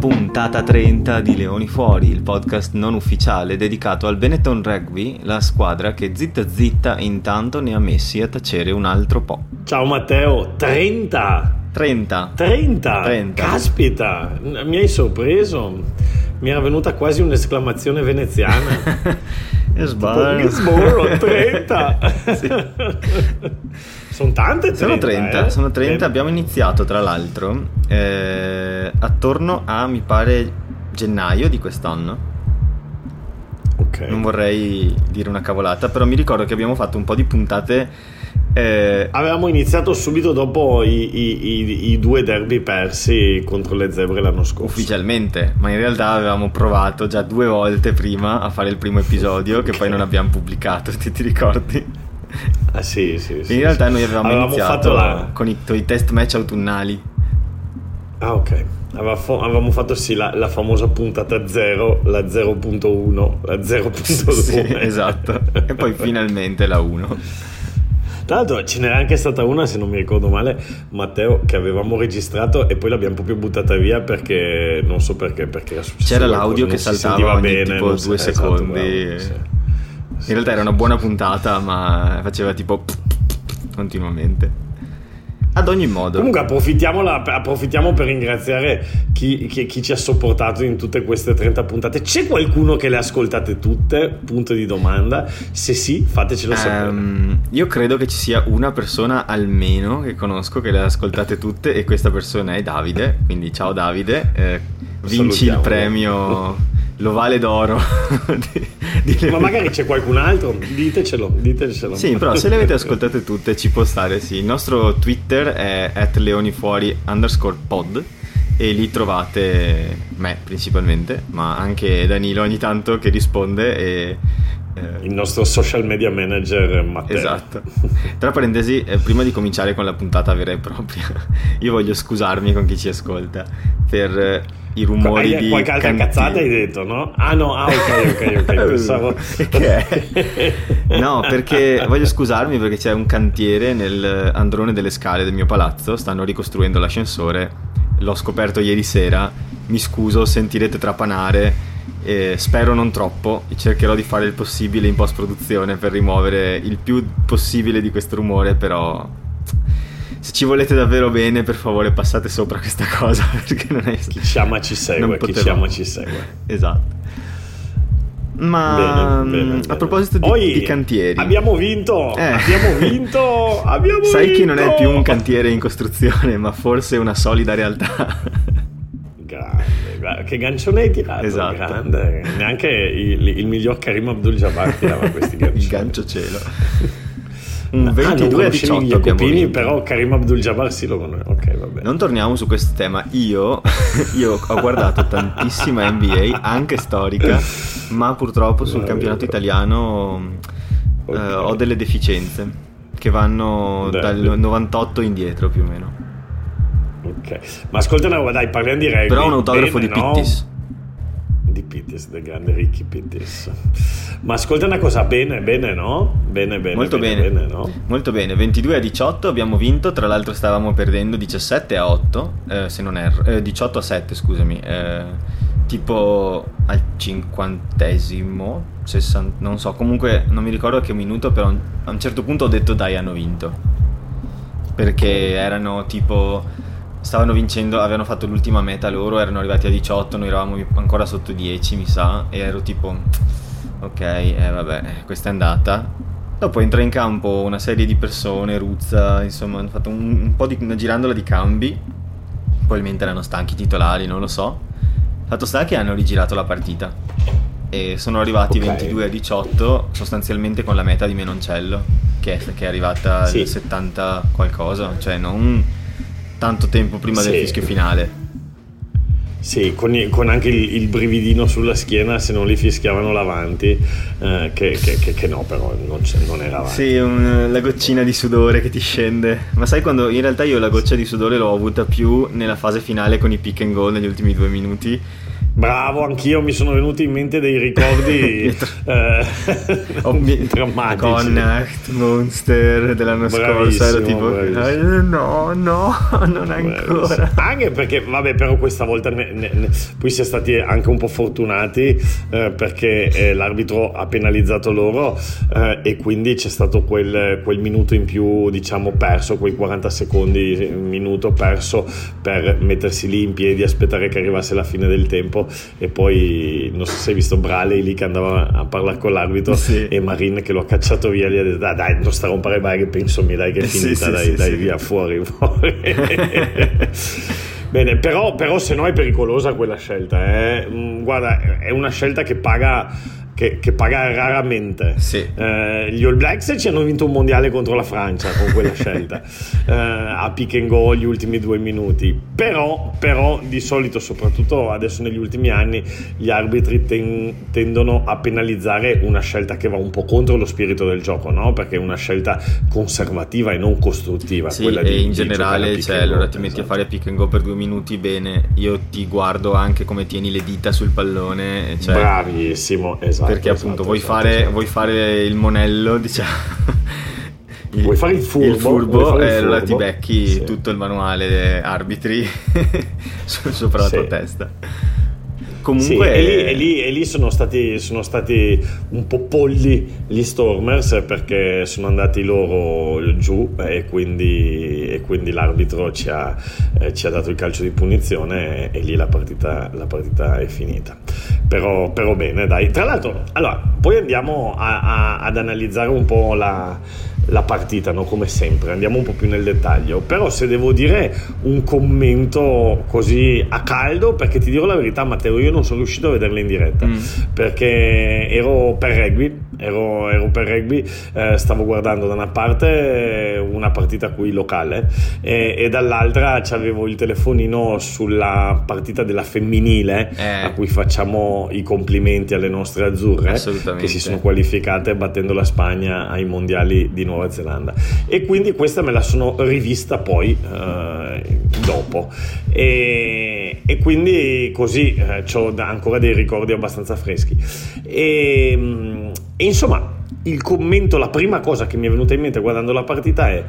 Puntata 30 di Leoni Fuori, il podcast non ufficiale dedicato al Benetton Rugby, la squadra che zitta zitta intanto ne ha messi a tacere un altro po'. Ciao Matteo, 30! 30. Caspita, mi hai sorpreso, mi era venuta quasi un'esclamazione veneziana. Sbaglio. 30! Sì. Sono tante 30, sono 30. Abbiamo iniziato tra l'altro attorno a, mi pare, gennaio di quest'anno. Ok. Non vorrei dire una cavolata, però mi ricordo che abbiamo fatto un po' di puntate. Avevamo iniziato subito dopo i due derby persi contro le Zebre l'anno scorso. Ufficialmente, ma in realtà avevamo provato già 2 volte prima a fare il primo episodio, okay, che poi non abbiamo pubblicato, ti ricordi? Ah sì. In realtà noi avevamo iniziato con i test match autunnali. Ah ok, avevamo fatto sì la famosa puntata 0, la 0.1, la 0.2. Sì, esatto, e poi finalmente la 1. Tra l'altro ce n'era anche stata una, se non mi ricordo male, Matteo, che avevamo registrato e poi l'abbiamo proprio buttata via perché non so perché era successo. C'era l'audio che saltava ogni tipo 2 secondi. Bravo, sì. In realtà era una buona puntata, ma faceva tipo continuamente. Ad ogni modo, comunque approfittiamo per ringraziare chi ci ha sopportato in tutte queste 30 puntate. C'è qualcuno che le ha ascoltate tutte? Punto di domanda. Se sì, fatecelo sapere. Io credo che ci sia una persona almeno che conosco che le ha ascoltate tutte, e questa persona è Davide. Quindi ciao Davide, vinci il premio l'ovale d'oro ma magari c'è qualcun altro, ditecelo. Sì, però se le avete ascoltate tutte ci può stare, sì. Il nostro Twitter è @leonifuori_pod e lì trovate me principalmente, ma anche Danilo ogni tanto che risponde, e il nostro social media manager Matteo. Esatto. Tra parentesi, prima di cominciare con la puntata vera e propria, io voglio scusarmi con chi ci ascolta per i rumori di qualche altra cazzata hai detto, no? Ok pensavo No, perché voglio scusarmi perché c'è un cantiere nell'androne delle scale del mio palazzo, stanno ricostruendo l'ascensore, l'ho scoperto ieri sera, mi scuso, sentirete trapanare. Spero non troppo, cercherò di fare il possibile in post produzione per rimuovere il più possibile di questo rumore, però se ci volete davvero bene, per favore passate sopra questa cosa, perché non è... Chi ci ama ci segue. Esatto. Ma bene. A proposito di cantieri, abbiamo vinto. Sai che non è più un cantiere in costruzione, ma forse una solida realtà. Grande, che gancione hai tirato. Esatto. Grande. Neanche il miglior Karim Abdul-Jabbar tirava questi gancioni. Il gancio cielo. Un 22-18 abbiamo vinto. Però Karim Abdul-Jabbar sì lo conosco. Ok, vabbè. Non torniamo su questo tema. Io ho guardato tantissima NBA, anche storica, ma purtroppo sul campionato italiano ho delle deficienze che vanno dal 98 indietro più o meno. Ok, ma ascolta, dai, parliamo di rugby. Però un autografo di Pittis. Di Pittis, del grande Ricky Pittis. Ma ascolta una cosa, bene, no? Bene. Molto bene, no? Molto bene. 22-18 abbiamo vinto. Tra l'altro stavamo perdendo 17-8, se non erro, 18-7, scusami. Tipo al 50esimo, 60, non so. Comunque non mi ricordo a che minuto, però a un certo punto ho detto dai, hanno vinto. Perché erano tipo... stavano vincendo, avevano fatto l'ultima meta loro, erano arrivati a 18, noi eravamo ancora sotto 10 mi sa, e ero tipo ok, vabbè, questa è andata. Dopo entra in campo una serie di persone, Ruzza, insomma hanno fatto un po' di una girandola di cambi, probabilmente erano stanchi i titolari, non lo so. Fatto sta che hanno rigirato la partita e sono arrivati 22-18 sostanzialmente con la meta di Menoncello che è arrivata al 70 qualcosa, cioè non tanto tempo prima del fischio finale. Sì, con anche il brividino sulla schiena se non li fischiavano l'avanti, che no, però non era avanti. Sì, la goccina di sudore che ti scende. Ma sai quando in realtà io la goccia di sudore l'ho avuta più nella fase finale con i pick and go negli ultimi 2 minuti. Bravo, anch'io mi sono venuti in mente dei ricordi drammatici. Con Monster dell'anno scorso ero tipo no, non ancora. Anche perché vabbè, però questa volta poi si è stati anche un po' fortunati perché l'arbitro ha penalizzato loro e quindi c'è stato quel minuto in più, diciamo, perso, quei 40 secondi, minuto perso per mettersi lì in piedi, aspettare che arrivasse la fine del tempo. E poi non so se hai visto Braley lì che andava a parlare con l'arbitro, sì, e Marin che lo ha cacciato via, gli ha detto dai non sta a rompere vai, che penso mi dai che è finita, dai via, fuori. Bene, però se no è pericolosa quella scelta, guarda, è una scelta che paga raramente. Sì. Gli All Blacks ci hanno vinto un mondiale contro la Francia con quella scelta a pick and go gli ultimi 2 minuti, però di solito, soprattutto adesso negli ultimi anni, gli arbitri tendono a penalizzare una scelta che va un po' contro lo spirito del gioco, no? Perché è una scelta conservativa e non costruttiva, sì, quella e in generale, cioè, allora ti metti a fare pick and go per 2 minuti, bene, io ti guardo anche come tieni le dita sul pallone, cioè, bravissimo, esatto, perché appunto vuoi fare il monello, diciamo, vuoi fare il furbo, e allora ti becchi tutto il manuale arbitri sopra la tua testa. Comunque sì, e lì sono stati un po' polli gli Stormers, perché sono andati loro giù e quindi l'arbitro ci ha dato il calcio di punizione e lì la partita è finita. Però bene, dai. Tra l'altro, allora poi andiamo ad analizzare un po' la partita, no? Come sempre andiamo un po' più nel dettaglio, però se devo dire un commento così a caldo, perché ti dirò la verità, Matteo, io non sono riuscito a vederla in diretta perché ero per rugby, stavo guardando da una parte una partita qui locale e dall'altra c'avevo il telefonino sulla partita della femminile a cui facciamo i complimenti alle nostre azzurre che si sono qualificate battendo la Spagna ai mondiali di Nuova Zelanda, e quindi questa me la sono rivista poi dopo e quindi così ho ancora dei ricordi abbastanza freschi e insomma il commento, la prima cosa che mi è venuta in mente guardando la partita è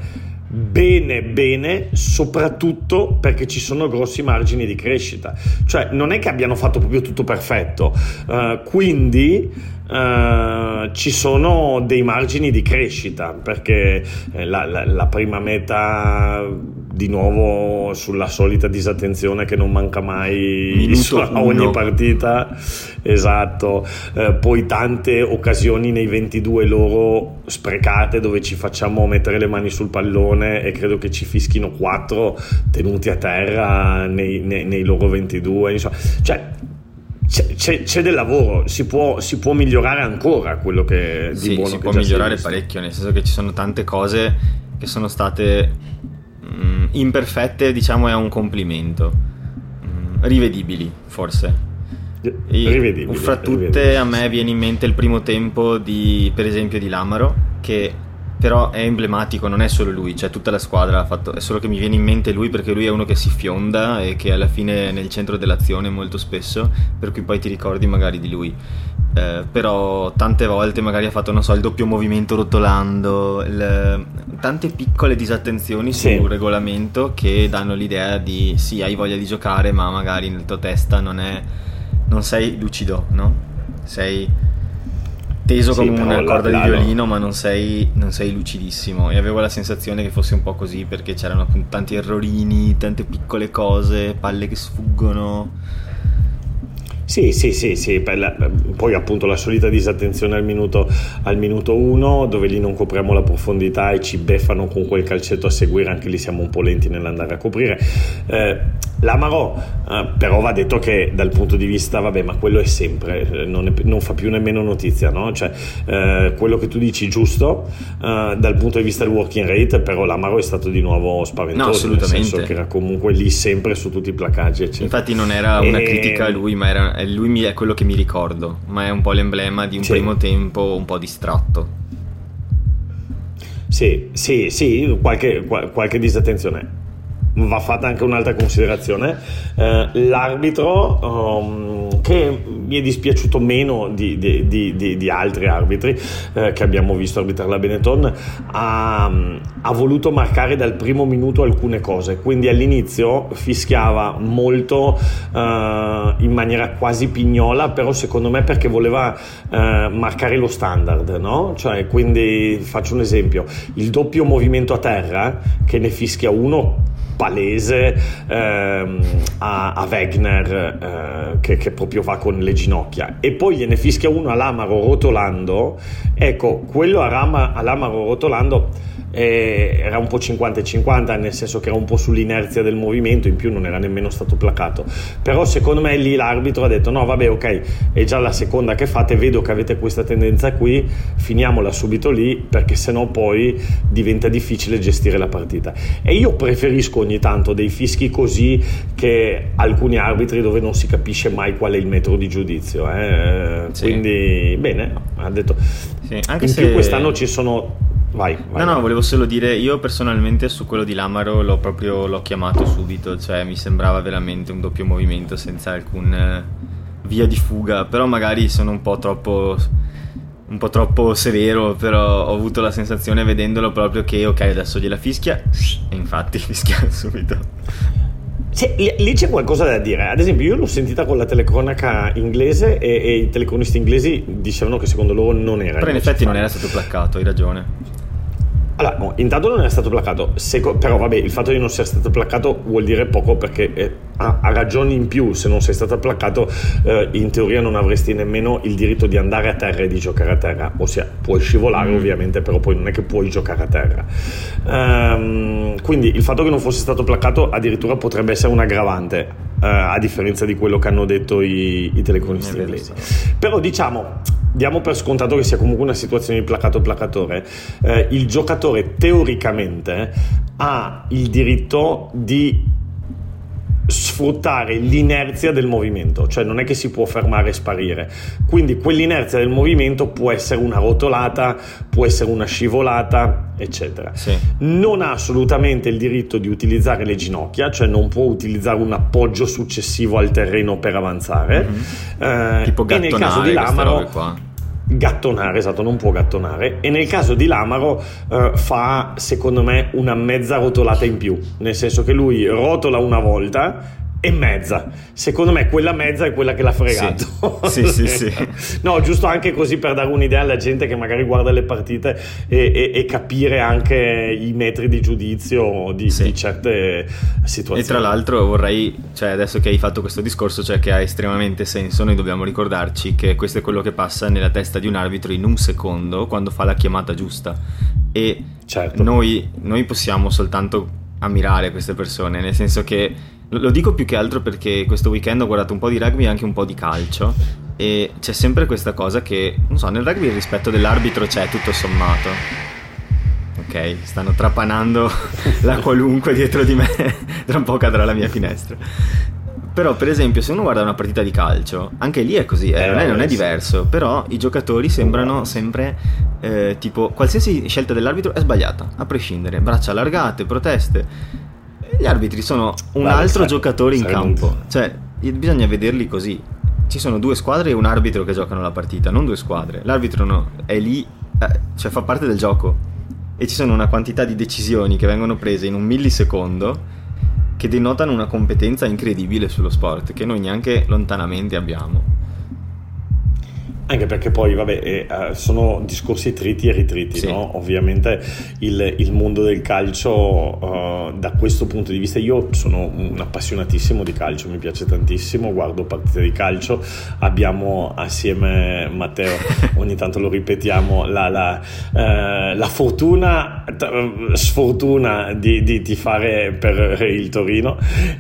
bene, soprattutto perché ci sono grossi margini di crescita, cioè non è che abbiano fatto proprio tutto perfetto, quindi ci sono dei margini di crescita, perché la prima meta di nuovo sulla solita disattenzione che non manca mai a ogni partita, esatto, poi tante occasioni nei 22 loro sprecate dove ci facciamo mettere le mani sul pallone e credo che ci fischino 4 tenuti a terra nei loro 22, insomma, cioè c'è del lavoro, si può migliorare ancora quello che di buono si che può già migliorare parecchio, nel senso che ci sono tante cose che sono state imperfette, diciamo, è un complimento, rivedibili forse. Rivedibili, fra tutte a me viene in mente il primo tempo per esempio di Lamaro, che però è emblematico, non è solo lui, cioè tutta la squadra ha fatto, è solo che mi viene in mente lui perché lui è uno che si fionda e che alla fine è nel centro dell'azione molto spesso, per cui poi ti ricordi magari di lui. Però tante volte magari ha fatto, non so, il doppio movimento rotolando, tante piccole disattenzioni sul regolamento che danno l'idea di sì, hai voglia di giocare, ma magari nella tua testa non sei lucido, no? Sei teso come una corda di violino, ma non sei lucidissimo, e avevo la sensazione che fosse un po' così, perché c'erano appunto tanti errorini, tante piccole cose, palle che sfuggono. Sì, poi appunto la solita disattenzione al minuto 1, dove lì non copriamo la profondità e ci beffano con quel calcetto a seguire, anche lì siamo un po' lenti nell'andare a coprire. L'Amaro però va detto che dal punto di vista, vabbè, ma quello è sempre, non fa più nemmeno notizia, no? Cioè quello che tu dici giusto dal punto di vista del working rate, però l'Amaro è stato di nuovo spaventoso, no, assolutamente, nel senso che era comunque lì sempre su tutti i placaggi, eccetera. Infatti non era una critica a lui, ma lui è quello che mi ricordo, ma è un po' l'emblema di un primo tempo un po' distratto. Sì, qualche disattenzione. va fatta anche un'altra considerazione. L'arbitro, che mi è dispiaciuto meno di altri arbitri che abbiamo visto arbitrare la Benetton, ha voluto marcare dal primo minuto alcune cose, quindi all'inizio fischiava molto in maniera quasi pignola, però secondo me perché voleva marcare lo standard, no? Cioè, quindi faccio un esempio: il doppio movimento a terra, che ne fischia uno palese a Wegner, che proprio va con le ginocchia, e poi gliene fischia uno a Lamaro rotolando. Ecco, quello a Lamaro rotolando era un po' 50-50, nel senso che era un po' sull'inerzia del movimento, in più non era nemmeno stato placato. Però secondo me lì l'arbitro ha detto: no vabbè, ok, è già la seconda che fate, vedo che avete questa tendenza qui, finiamola subito lì, perché sennò poi diventa difficile gestire la partita. E io preferisco ogni tanto dei fischi così che alcuni arbitri dove non si capisce mai qual è il metro di giudizio, Sì. Quindi bene, ha detto. Sì, anche in se più quest'anno ci sono. Vai. No, volevo solo dire, io personalmente su quello di Lamaro l'ho chiamato subito, cioè mi sembrava veramente un doppio movimento senza alcun via di fuga, però magari sono un po' troppo severo, però ho avuto la sensazione vedendolo proprio che ok, adesso gliela fischia, e infatti fischia subito. Sì, lì c'è qualcosa da dire. Ad esempio, io l'ho sentita con la telecronaca inglese e i telecronisti inglesi dicevano che secondo loro non era. Però in effetti non era stato placcato, hai ragione. Allora, no, intanto non era stato placato, però vabbè, il fatto di non essere stato placato vuol dire poco, perché ha ragioni in più. Se non sei stato placato, in teoria non avresti nemmeno il diritto di andare a terra e di giocare a terra, ossia puoi scivolare ovviamente, però poi non è che puoi giocare a terra. Quindi il fatto che non fosse stato placato addirittura potrebbe essere un aggravante, a differenza di quello che hanno detto i telecronisti inglesi. Però diamo per scontato che sia comunque una situazione di placato-placatore. Il giocatore teoricamente ha il diritto di sfruttare l'inerzia del movimento, cioè non è che si può fermare e sparire, quindi quell'inerzia del movimento può essere una rotolata, può essere una scivolata, eccetera. Sì. Non ha assolutamente il diritto di utilizzare le ginocchia, cioè non può utilizzare un appoggio successivo al terreno per avanzare. Tipo e nel caso di Lamaro qua. Gattonare, esatto, non può gattonare, e nel caso di Lamaro fa secondo me una mezza rotolata in più, nel senso che lui rotola una volta e mezza, secondo me quella mezza è quella che l'ha fregato. Sì. No, giusto anche così per dare un'idea alla gente che magari guarda le partite e capire anche i metri di giudizio di certe situazioni. E tra l'altro vorrei, cioè adesso che hai fatto questo discorso, cioè che ha estremamente senso, noi dobbiamo ricordarci che questo è quello che passa nella testa di un arbitro in un secondo quando fa la chiamata giusta, e certo. Noi possiamo soltanto ammirare queste persone, nel senso che lo dico più che altro perché questo weekend ho guardato un po' di rugby e anche un po' di calcio, e c'è sempre questa cosa che, non so, nel rugby il rispetto dell'arbitro c'è tutto sommato. Ok, stanno trapanando la qualunque dietro di me, tra un po' cadrà la mia finestra. Però per esempio se uno guarda una partita di calcio, anche lì è così, non è diverso, però i giocatori sembrano sempre tipo qualsiasi scelta dell'arbitro è sbagliata, a prescindere, braccia allargate, proteste. Gli arbitri sono un altro giocatore in campo, cioè bisogna vederli così. Ci sono due squadre e un arbitro che giocano la partita, non due squadre. L'arbitro è lì, cioè fa parte del gioco, e ci sono una quantità di decisioni che vengono prese in un millisecondo che denotano una competenza incredibile sullo sport che noi neanche lontanamente abbiamo. Anche perché poi sono discorsi triti e ritriti, sì. No? Ovviamente il mondo del calcio da questo punto di vista, io sono un appassionatissimo di calcio, mi piace tantissimo, guardo partite di calcio, abbiamo assieme Matteo, ogni tanto lo ripetiamo, la fortuna sfortuna di tifare per il Torino,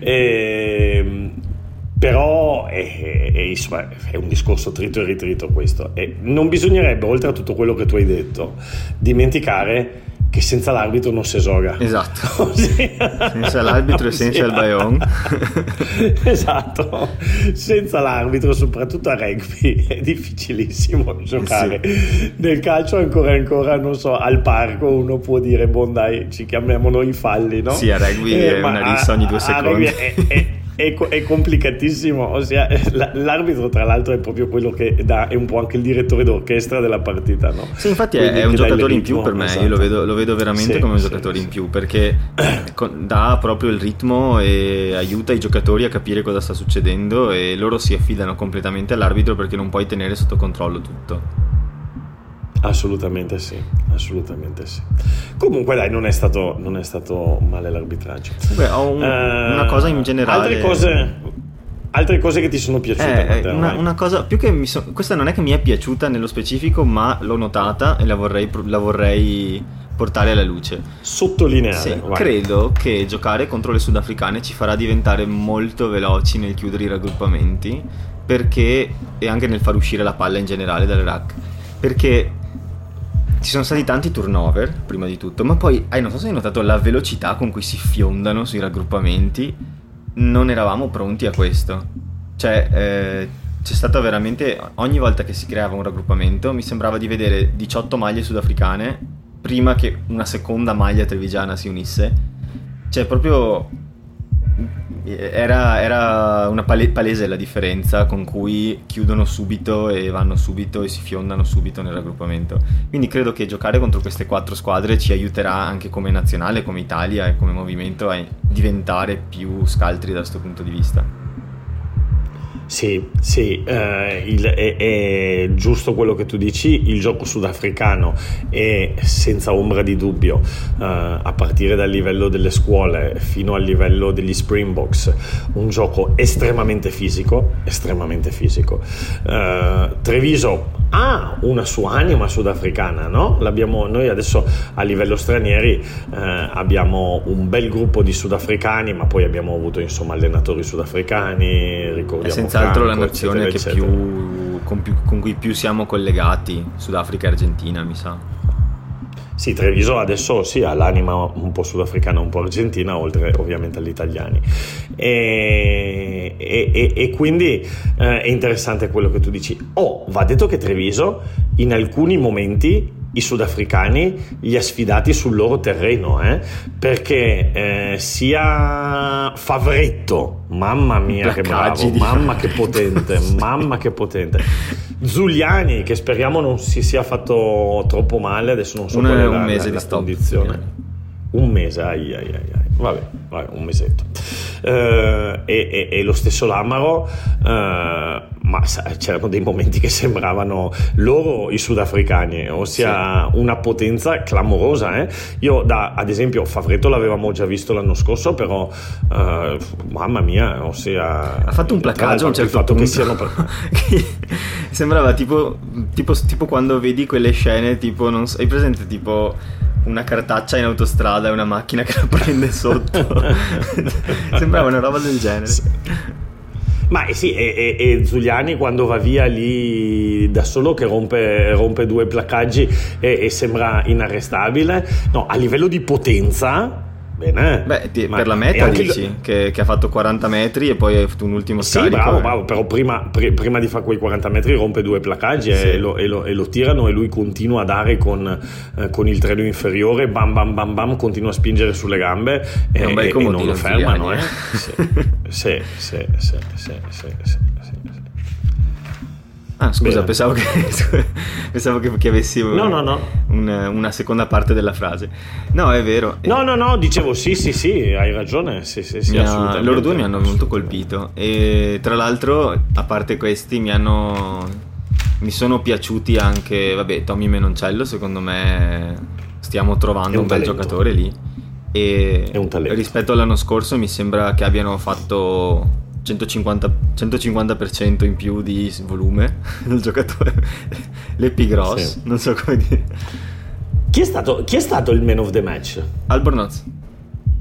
però insomma, è un discorso trito e ritrito questo, e non bisognerebbe, oltre a tutto quello che tu hai detto, dimenticare che senza l'arbitro non si gioca. Esatto. Senza l'arbitro e senza il Bayonne. Esatto, senza l'arbitro, soprattutto a rugby, è difficilissimo giocare. Nel calcio ancora non so, al parco uno può dire dai, ci chiamiamo noi i falli, no? Sì, a rugby è una rissa ogni 2 secondi. È complicatissimo, ossia l'arbitro tra l'altro è proprio quello che è un po' anche il direttore d'orchestra della partita, no? Sì, infatti è un giocatore in più per me, esatto. Io lo vedo veramente come un giocatore in più, perché dà proprio il ritmo e aiuta i giocatori a capire cosa sta succedendo, e loro si affidano completamente all'arbitro perché non puoi tenere sotto controllo tutto. Assolutamente sì. Comunque dai, non è stato male l'arbitraggio. Beh, ho una cosa in generale. Altre cose che ti sono piaciute? Una cosa più che questa non è che mi è piaciuta nello specifico, ma l'ho notata e la vorrei portare alla luce. Sottolineare. Sì, credo che giocare contro le sudafricane ci farà diventare molto veloci nel chiudere i raggruppamenti, perché e anche nel far uscire la palla in generale dal rack, perché ci sono stati tanti turnover prima di tutto, ma poi non so se hai notato la velocità con cui si fiondano sui raggruppamenti. Non eravamo pronti a questo, cioè c'è stata veramente, ogni volta che si creava un raggruppamento mi sembrava di vedere 18 maglie sudafricane prima che una seconda maglia trevigiana si unisse. Cioè proprio era una palese la differenza con cui chiudono subito e vanno subito e si fiondano subito nel raggruppamento. Quindi credo che giocare contro queste 4 squadre ci aiuterà anche come nazionale, come Italia e come movimento a diventare più scaltri da questo punto di vista. Sì, è giusto quello che tu dici. Il gioco sudafricano è senza ombra di dubbio, a partire dal livello delle scuole fino al livello degli Springboks, un gioco estremamente fisico. Treviso ha una sua anima sudafricana, no? Noi adesso a livello stranieri abbiamo un bel gruppo di sudafricani, ma poi abbiamo avuto insomma allenatori sudafricani, ricordiamo senz'altro la nazione che con cui più siamo collegati, Sudafrica e Argentina, mi sa. Sì, Treviso adesso sì, ha l'anima un po' sudafricana, un po' argentina, oltre ovviamente agli italiani. E quindi è interessante quello che tu dici. Va detto che Treviso in alcuni momenti i sudafricani li ha sfidati sul loro terreno, perché sia Favretto, mamma mia che bravo, mamma che potente, Zuliani, che speriamo non si sia fatto troppo male, adesso non so qual è un mese la di condizione. Un mese, vabbè, un mesetto. E lo stesso Lamaro, ma c'erano dei momenti che sembravano loro i sudafricani, ossia una potenza clamorosa. Io ad esempio Favretto l'avevamo già visto l'anno scorso, però mamma mia, ossia ha fatto un placaggio a un certo punto sembrava tipo quando vedi quelle scene, tipo non so, hai presente tipo una cartaccia in autostrada e una macchina che la prende sotto. Sembrava una roba del genere. Ma sì, e Zuliani quando va via lì da solo che rompe 2 placcaggi e sembra inarrestabile. No, a livello di potenza bene. Per la meta dici che ha fatto 40 metri e poi ha fatto un ultimo scarico. Sì, bravo, però prima di fare quei 40 metri rompe 2 placcaggi e lo tirano, e lui continua a dare con il treno inferiore, bam bam bam bam, continua a spingere sulle gambe e non lo fermano. Sì. Ah, scusa, pensavo che avessi no. una seconda parte della frase. No, è vero. No, dicevo sì, hai ragione. Sì, assolutamente. Loro due mi hanno molto colpito. E tra l'altro, a parte questi, mi sono piaciuti anche, Tommy Menoncello, secondo me stiamo trovando un bel giocatore lì. E è un talento. Rispetto all'anno scorso mi sembra che abbiano fatto 150% in più di volume del giocatore. L'Epigross, non so come dire. Chi è stato il man of the match? Albornoz.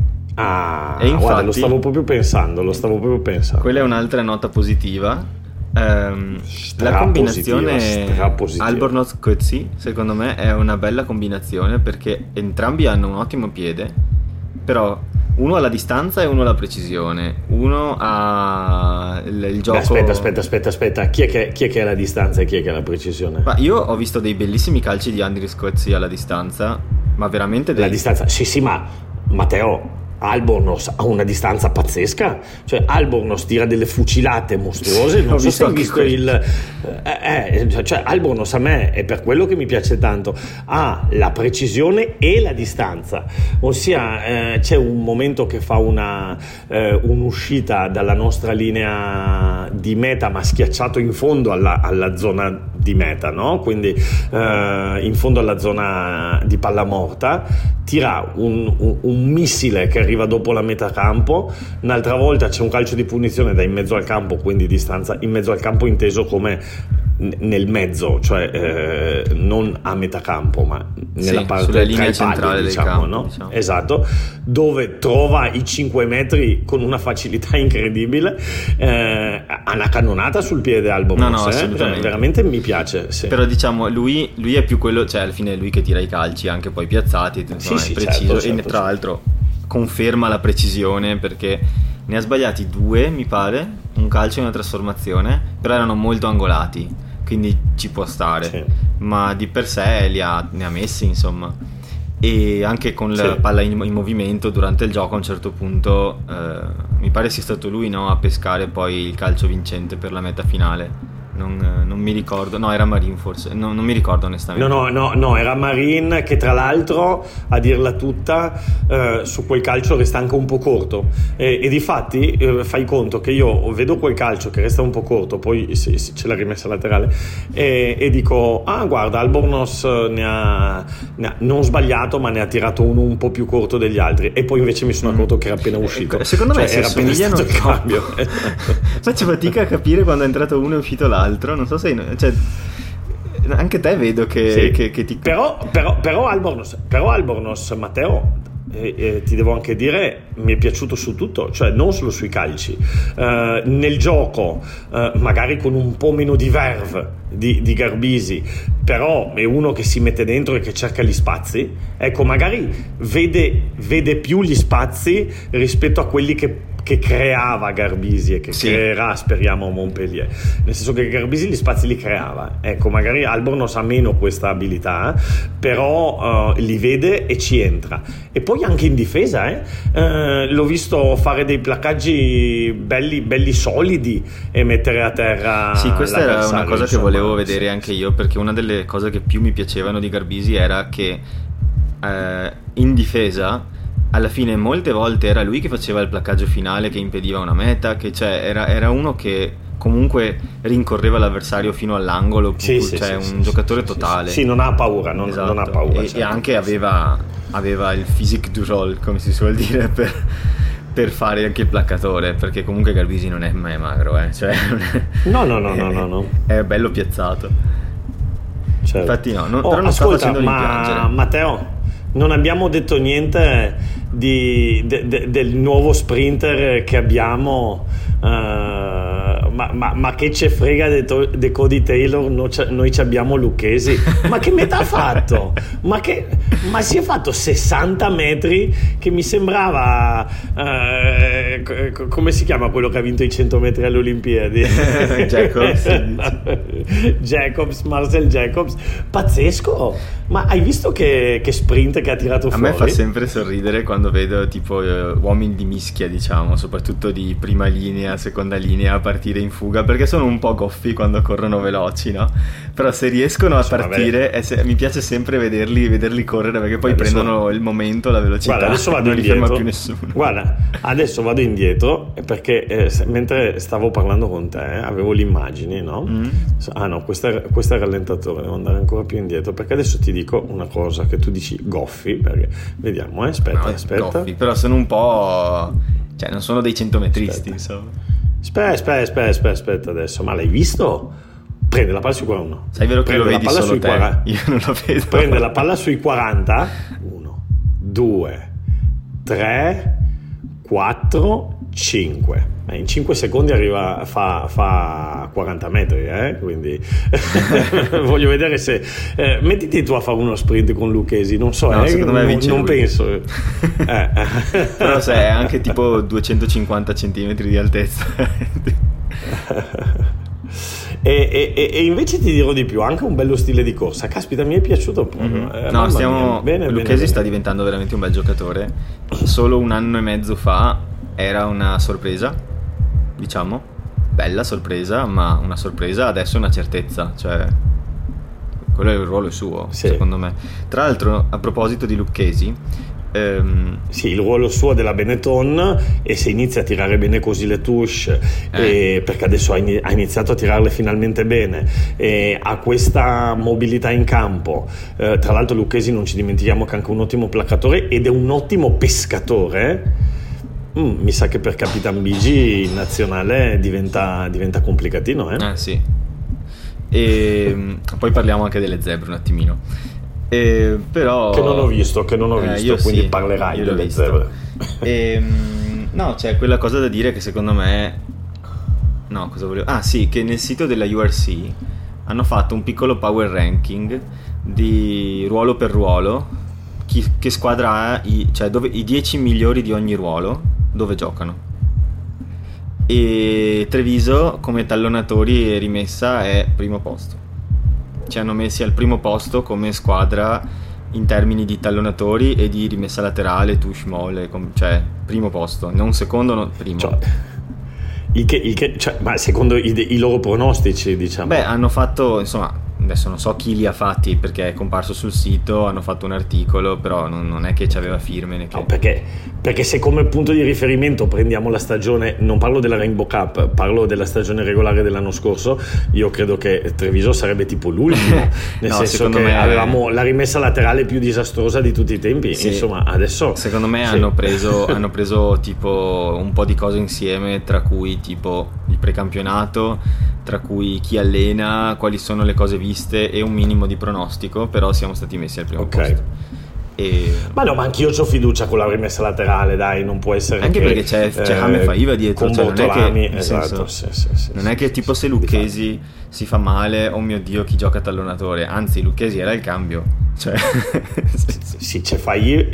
E infatti, guarda, lo stavo proprio pensando. Quella è un'altra nota positiva, La combinazione strapositiva. Albornoz-Coetzee secondo me è una bella combinazione perché entrambi hanno un ottimo piede, però uno ha la distanza e uno ha la precisione, uno ha il gioco. Aspetta, chi è che ha la distanza e chi è che ha la precisione? Ma io ho visto dei bellissimi calci di Andris Coetzee alla distanza, ma veramente La distanza, sì, ma Matteo, Albornoz ha una distanza pazzesca, cioè Albornoz tira delle fucilate mostruose. Non so se hai visto cioè Albornoz a me è per quello che mi piace tanto, ha la precisione e la distanza, ossia c'è un momento che fa un'uscita dalla nostra linea di meta ma schiacciato in fondo alla zona di meta, no? Quindi in fondo alla zona di palla morta tira un missile che arriva dopo la metà campo. Un'altra volta c'è un calcio di punizione da in mezzo al campo, quindi distanza in mezzo al campo inteso come nel mezzo, cioè non a metà campo ma nella parte sulla linea centrale diciamo, del campo, no? Diciamo. Esatto, dove trova i 5 metri con una facilità incredibile, ha una cannonata sul piede Albornoz, no, assolutamente. Veramente mi piace, sì. Però diciamo lui è più quello, cioè alla fine è lui che tira i calci anche poi piazzati, insomma, Sì, è preciso, certo. E tra l'altro conferma la precisione perché ne ha sbagliati 2 mi pare, un calcio e una trasformazione, però erano molto angolati, quindi ci può stare, Sì. Ma di per sé ne ha messi, insomma. E anche con la palla in movimento durante il gioco a un certo punto mi pare sia stato lui, no, a pescare poi il calcio vincente per la meta finale. Non mi ricordo, no, era Marin forse, non mi ricordo onestamente. No, era Marin che tra l'altro, a dirla tutta, su quel calcio resta anche un po' corto e difatti fai conto che io vedo quel calcio che resta un po' corto, poi ce l'ha rimessa laterale e dico, guarda, Albornoz ne ha non sbagliato ma ne ha tirato uno un po' più corto degli altri, e poi invece mi sono accorto che era appena uscito, secondo me era appena stato il cambio. Faccio fatica a capire quando è entrato uno e uscito l'altro, non so se anche te vedo che ti... Però Albornoz, Matteo, ti devo anche dire, mi è piaciuto su tutto, cioè non solo sui calci, nel gioco, magari con un po' meno di verve di Garbisi, però è uno che si mette dentro e che cerca gli spazi, ecco, magari vede più gli spazi rispetto a quelli che creava Garbisi e che creerà, speriamo, a Montpellier, nel senso che Garbisi gli spazi li creava, ecco, magari Albornoz ha meno questa abilità, però li vede e ci entra. E poi anche in difesa l'ho visto fare dei placcaggi belli solidi e mettere a terra. Sì, questa era una cosa che volevo vedere sì. Anche io, perché una delle cose che più mi piacevano di Garbisi era che in difesa alla fine molte volte era lui che faceva il placcaggio finale, che impediva una meta, che era uno che comunque rincorreva l'avversario fino all'angolo, un giocatore totale. Sì, non ha paura, non ha paura. E anche aveva il physique du rôle, come si suol dire, per fare anche il placcatore, perché comunque Garbisi non è mai magro, cioè No. È bello piazzato. Certo. Infatti però non sta facendo rimpiangere. Matteo, non abbiamo detto niente del nuovo sprinter che abbiamo, ma che ce frega de Cody Taylor, noi ci abbiamo Lucchesi. Ma che metà ha fatto? Ma si è fatto 60 metri che mi sembrava come si chiama quello che ha vinto i 100 metri alle Olimpiadi? Marcel Jacobs, pazzesco. Ma hai visto che sprint che ha tirato fuori? A me fa sempre sorridere quando vedo tipo uomini di mischia, diciamo, soprattutto di prima linea, seconda linea, a partire in fuga, perché sono un po' goffi quando corrono veloci, no? Però se riescono a partire mi piace sempre vederli correre, perché poi prendono il momento, la velocità. Guarda, adesso vado non indietro. li ferma più nessuno. Guarda, adesso vado indietro perché mentre stavo parlando con te avevo le immagini, no? No, questo è il rallentatore, devo andare ancora più indietro perché adesso ti dico una cosa che tu dici goffi, perché vediamo, aspetta. Goffi, però sono un po', cioè non sono dei centometristi, insomma. Aspetta adesso, ma l'hai visto? Prende la palla sui 41. Sai vero che lo vedi solo te? Io non lo vedo. Prende la palla sui 40. 1, 2, 3, 4 5. In 5 secondi arriva, fa 40 metri, quindi voglio vedere se mettiti tu a fare uno sprint con Lucchesi, non so, no, secondo me vince non lui. penso. Però se è anche tipo 250 centimetri di altezza. E invece ti dirò di più, anche un bello stile di corsa, caspita, mi è piaciuto proprio. No, Lucchesi sta diventando veramente un bel giocatore. Solo un anno e mezzo fa era una sorpresa, diciamo, bella sorpresa, ma una sorpresa adesso è una certezza, cioè quello è il ruolo suo, sì, secondo me. Tra l'altro, a proposito di Lucchesi, sì, il ruolo suo della Benetton, e se inizia a tirare bene così le touche, perché adesso ha iniziato a tirarle finalmente bene, ha questa mobilità in campo, tra l'altro Lucchesi non ci dimentichiamo che è anche un ottimo placcatore ed è un ottimo pescatore. Mi sa che per Capitan Bigi in nazionale diventa complicatino, sì. E poi parliamo anche delle zebre un attimino. Però che non ho visto, quindi sì, parlerai delle zebre. No, c'è quella cosa da dire che secondo me, no, cosa volevo? Ah sì, che nel sito della URC hanno fatto un piccolo power ranking di ruolo per ruolo, che squadra ha cioè dove i 10 migliori di ogni ruolo dove giocano, e Treviso come tallonatori e rimessa è primo posto. Ci hanno messi al primo posto come squadra in termini di tallonatori e di rimessa laterale, touche molle, cioè primo posto, non secondo, no, primo. Cioè, ma secondo i loro pronostici, diciamo. Beh, hanno fatto, insomma, adesso non so chi li ha fatti perché è comparso sul sito, hanno fatto un articolo, però non è che ci aveva firme né che... No, perché se come punto di riferimento prendiamo la stagione, non parlo della Rainbow Cup, parlo della stagione regolare dell'anno scorso, io credo che Treviso sarebbe tipo l'ultimo, nel no, senso che avevamo la rimessa laterale più disastrosa di tutti i tempi, sì. Insomma adesso secondo me sì. hanno preso tipo un po' di cose insieme, tra cui tipo il precampionato, tra cui chi allena, quali sono le cose viste e un minimo di pronostico, però siamo stati messi al primo posto. Ma no, ma anch'io ho fiducia con la rimessa laterale, dai, non può essere anche che, perché c'è Hame Faiva dietro, con cioè, Bortolami, non è che, esatto, non è che tipo se Lucchesi si fa male, oh mio Dio, chi gioca tallonatore, anzi Lucchesi era il cambio, cioè sì, c'è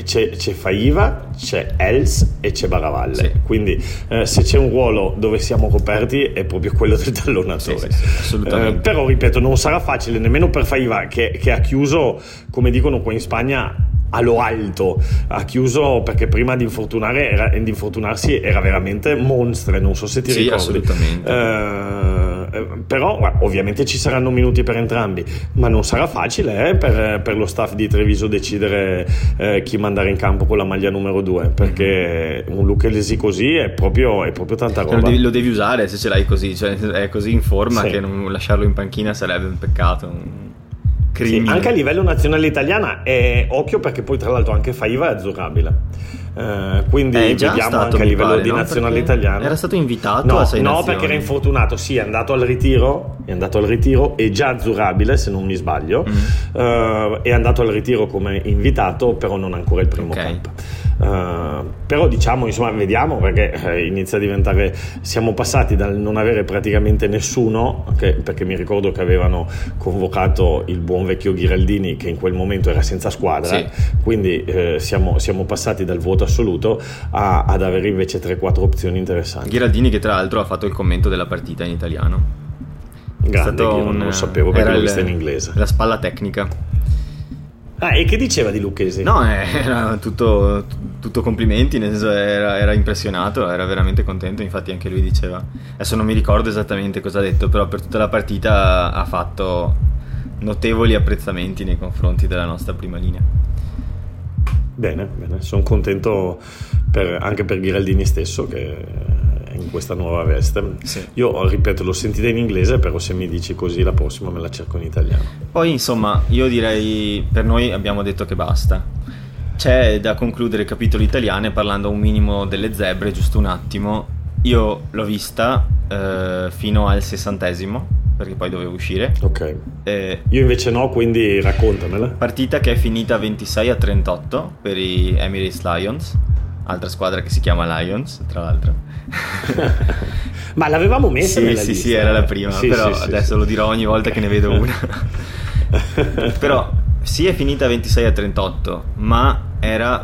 Faiva, c'è Els e c'è Baravalle, sì. Quindi se c'è un ruolo dove siamo coperti è proprio quello del tallonatore, sì, assolutamente. Però ripeto, non sarà facile nemmeno per Faiva che ha chiuso, come dicono qua in Spagna, allo alto, ha chiuso perché prima di infortunarsi era veramente monstre, non so se ti ricordi. Assolutamente. Però ovviamente ci saranno minuti per entrambi, ma non sarà facile per lo staff di Treviso decidere chi mandare in campo con la maglia numero 2, perché un Lucchesi così è proprio tanta roba. Lo devi usare se ce l'hai così, cioè è così in forma, sì, che non lasciarlo in panchina sarebbe un peccato. Sì, anche a livello nazionale italiana occhio, perché poi tra l'altro anche Faiva è azzurrabile, quindi vediamo anche a livello di nazionale italiana. Era stato invitato a 6 nazioni. No, perché era infortunato, sì, è andato al ritiro, è già azzurrabile se non mi sbaglio, è andato al ritiro come invitato, però non ancora il primo camp. Però diciamo, insomma, vediamo, perché inizia a diventare, siamo passati dal non avere praticamente nessuno, perché mi ricordo che avevano convocato il buon vecchio Ghiraldini che in quel momento era senza squadra, sì. Quindi siamo passati dal vuoto assoluto ad avere invece 3-4 opzioni interessanti. Ghiraldini che tra l'altro ha fatto il commento della partita in italiano, grande, non lo sapevo perché l'ho vista in inglese, la spalla tecnica. E che diceva di Lucchesi? No, era tutto complimenti, nel senso era impressionato, era veramente contento, infatti anche lui diceva, adesso non mi ricordo esattamente cosa ha detto, però per tutta la partita ha fatto notevoli apprezzamenti nei confronti della nostra prima linea. Bene, sono contento anche per Ghiraldini stesso, che è in questa nuova veste. Sì. Io ripeto, l'ho sentita in inglese, però se mi dici così la prossima me la cerco in italiano. Poi insomma io direi, per noi abbiamo detto che basta, c'è da concludere il capitolo italiane parlando un minimo delle zebre, giusto un attimo. Io l'ho vista fino al 60°, perché poi dovevo uscire. Ok. Io invece no, quindi raccontamela. Partita che è finita 26-38 per i Emirates Lions. altra squadra che si chiama Lions, tra l'altro. Ma l'avevamo messa nella lista? Sì, era la prima, sì, però sì, adesso lo dirò ogni volta che ne vedo una. Però sì, è finita 26-38, ma era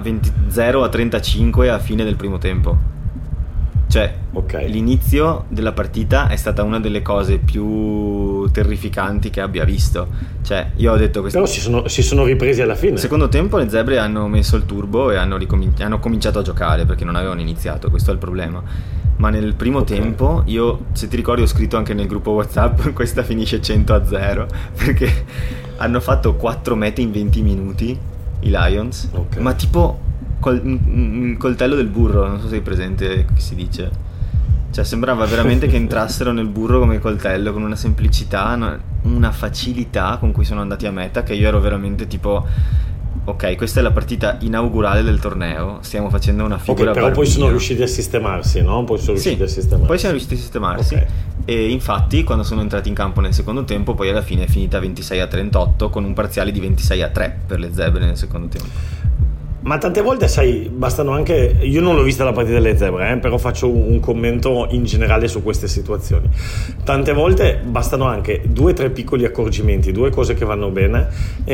0-35 a fine del primo tempo. Cioè, l'inizio della partita è stata una delle cose più terrificanti che abbia visto. Cioè, io ho detto questo. Però si sono ripresi alla fine. Nel secondo tempo le zebre hanno messo il turbo e hanno cominciato a giocare, perché non avevano iniziato, questo è il problema. Ma nel primo tempo, io, se ti ricordi, ho scritto anche nel gruppo WhatsApp questa finisce 100-0, perché hanno fatto 4 mete in 20 minuti i Lions, ma tipo un coltello del burro, non so se hai presente che si dice. Cioè sembrava veramente che entrassero nel burro come coltello, con una semplicità, una facilità con cui sono andati a meta, che io ero veramente tipo: ok, questa è la partita inaugurale del torneo, stiamo facendo una figura però barbina. poi sono riusciti a sistemarsi, no? Poi sono riusciti a sistemarsi. E infatti quando sono entrati in campo nel secondo tempo, poi alla fine è finita 26-38 con un parziale di 26-3 per le zebre nel secondo tempo. Ma tante volte, sai, bastano anche, io non l'ho vista la partita delle zebre, però faccio un commento in generale su queste situazioni. Tante volte bastano anche 2 o 3 piccoli accorgimenti, 2 cose che vanno bene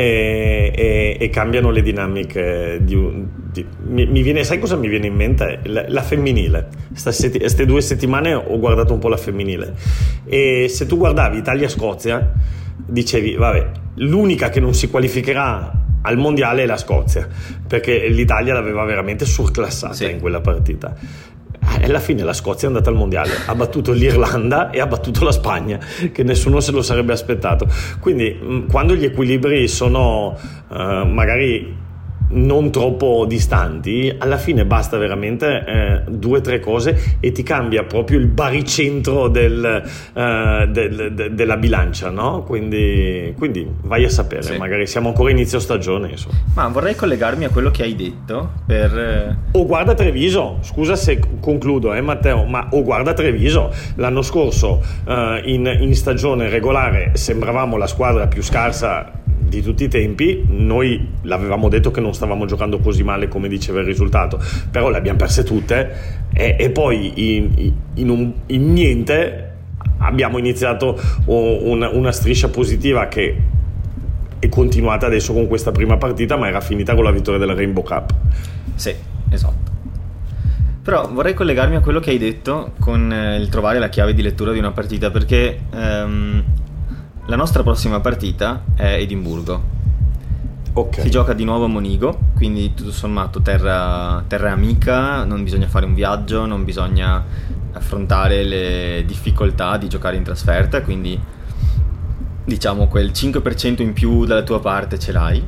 e cambiano le dinamiche mi viene, sai cosa mi viene in mente? La femminile. Queste 2 settimane ho guardato un po' la femminile, e se tu guardavi Italia-Scozia dicevi, vabbè, l'unica che non si qualificherà al mondiale è la Scozia, perché l'Italia l'aveva veramente surclassata in quella partita. Alla fine la Scozia è andata al mondiale, ha battuto l'Irlanda e ha battuto la Spagna, che nessuno se lo sarebbe aspettato. Quindi quando gli equilibri sono magari non troppo distanti, alla fine basta veramente 2 o 3 cose e ti cambia proprio il baricentro della bilancia, no? Quindi vai a sapere, magari siamo ancora inizio stagione, insomma. Ma vorrei collegarmi a quello che hai detto per... guarda Treviso, scusa se concludo, Matteo, ma guarda Treviso, l'anno scorso in stagione regolare sembravamo la squadra più scarsa di tutti i tempi, noi l'avevamo detto che non stavamo giocando così male come diceva il risultato, però le abbiamo perse tutte e poi in niente abbiamo iniziato una striscia positiva che è continuata adesso con questa prima partita, ma era finita con la vittoria della Rainbow Cup. Sì, esatto. Però vorrei collegarmi a quello che hai detto con il trovare la chiave di lettura di una partita, perché la nostra prossima partita è Edimburgo. Si gioca di nuovo a Monigo, quindi tutto sommato terra amica, non bisogna fare un viaggio, non bisogna affrontare le difficoltà di giocare in trasferta, quindi diciamo quel 5% in più dalla tua parte ce l'hai.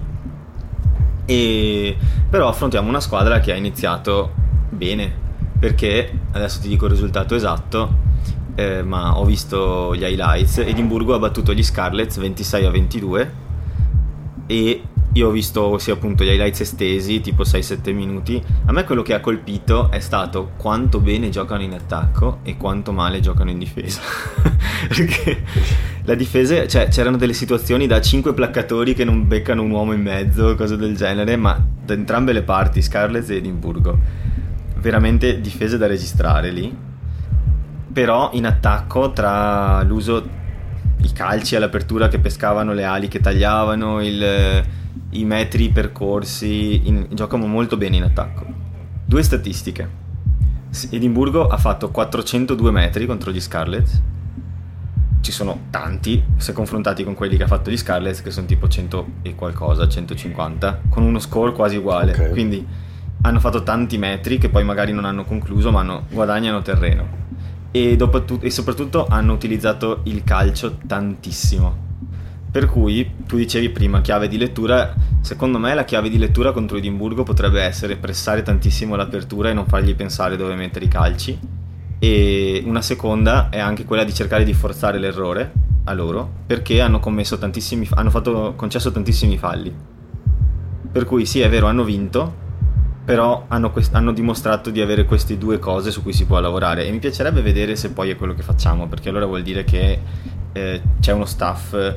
E però affrontiamo una squadra che ha iniziato bene, perché adesso ti dico il risultato esatto. Ma ho visto gli highlights. Edimburgo ha battuto gli Scarlets 26-22 e io ho visto appunto gli highlights estesi tipo 6-7 minuti. A me quello che ha colpito è stato quanto bene giocano in attacco e quanto male giocano in difesa. Perché la difesa, cioè c'erano delle situazioni da 5 placcatori che non beccano un uomo in mezzo, cose del genere, ma da entrambe le parti, Scarlets e Edimburgo, veramente difese da registrare lì. Però in attacco, tra l'uso, i calci all'apertura che pescavano, le ali che tagliavano, i metri percorsi, giocano molto bene in attacco. 2 statistiche: Edimburgo ha fatto 402 metri contro gli Scarlets. Ci sono tanti se confrontati con quelli che ha fatto gli Scarlets, che sono tipo 100 e qualcosa, 150, con uno score quasi uguale. Quindi hanno fatto tanti metri che poi magari non hanno concluso, ma guadagnano terreno. E soprattutto hanno utilizzato il calcio tantissimo, per cui tu dicevi prima chiave di lettura. Secondo me la chiave di lettura contro Edimburgo potrebbe essere pressare tantissimo l'apertura e non fargli pensare dove mettere i calci, e una seconda è anche quella di cercare di forzare l'errore a loro, perché hanno concesso tantissimi falli, per cui sì, è vero, hanno vinto, però hanno dimostrato di avere queste 2 cose su cui si può lavorare, e mi piacerebbe vedere se poi è quello che facciamo, perché allora vuol dire che c'è uno staff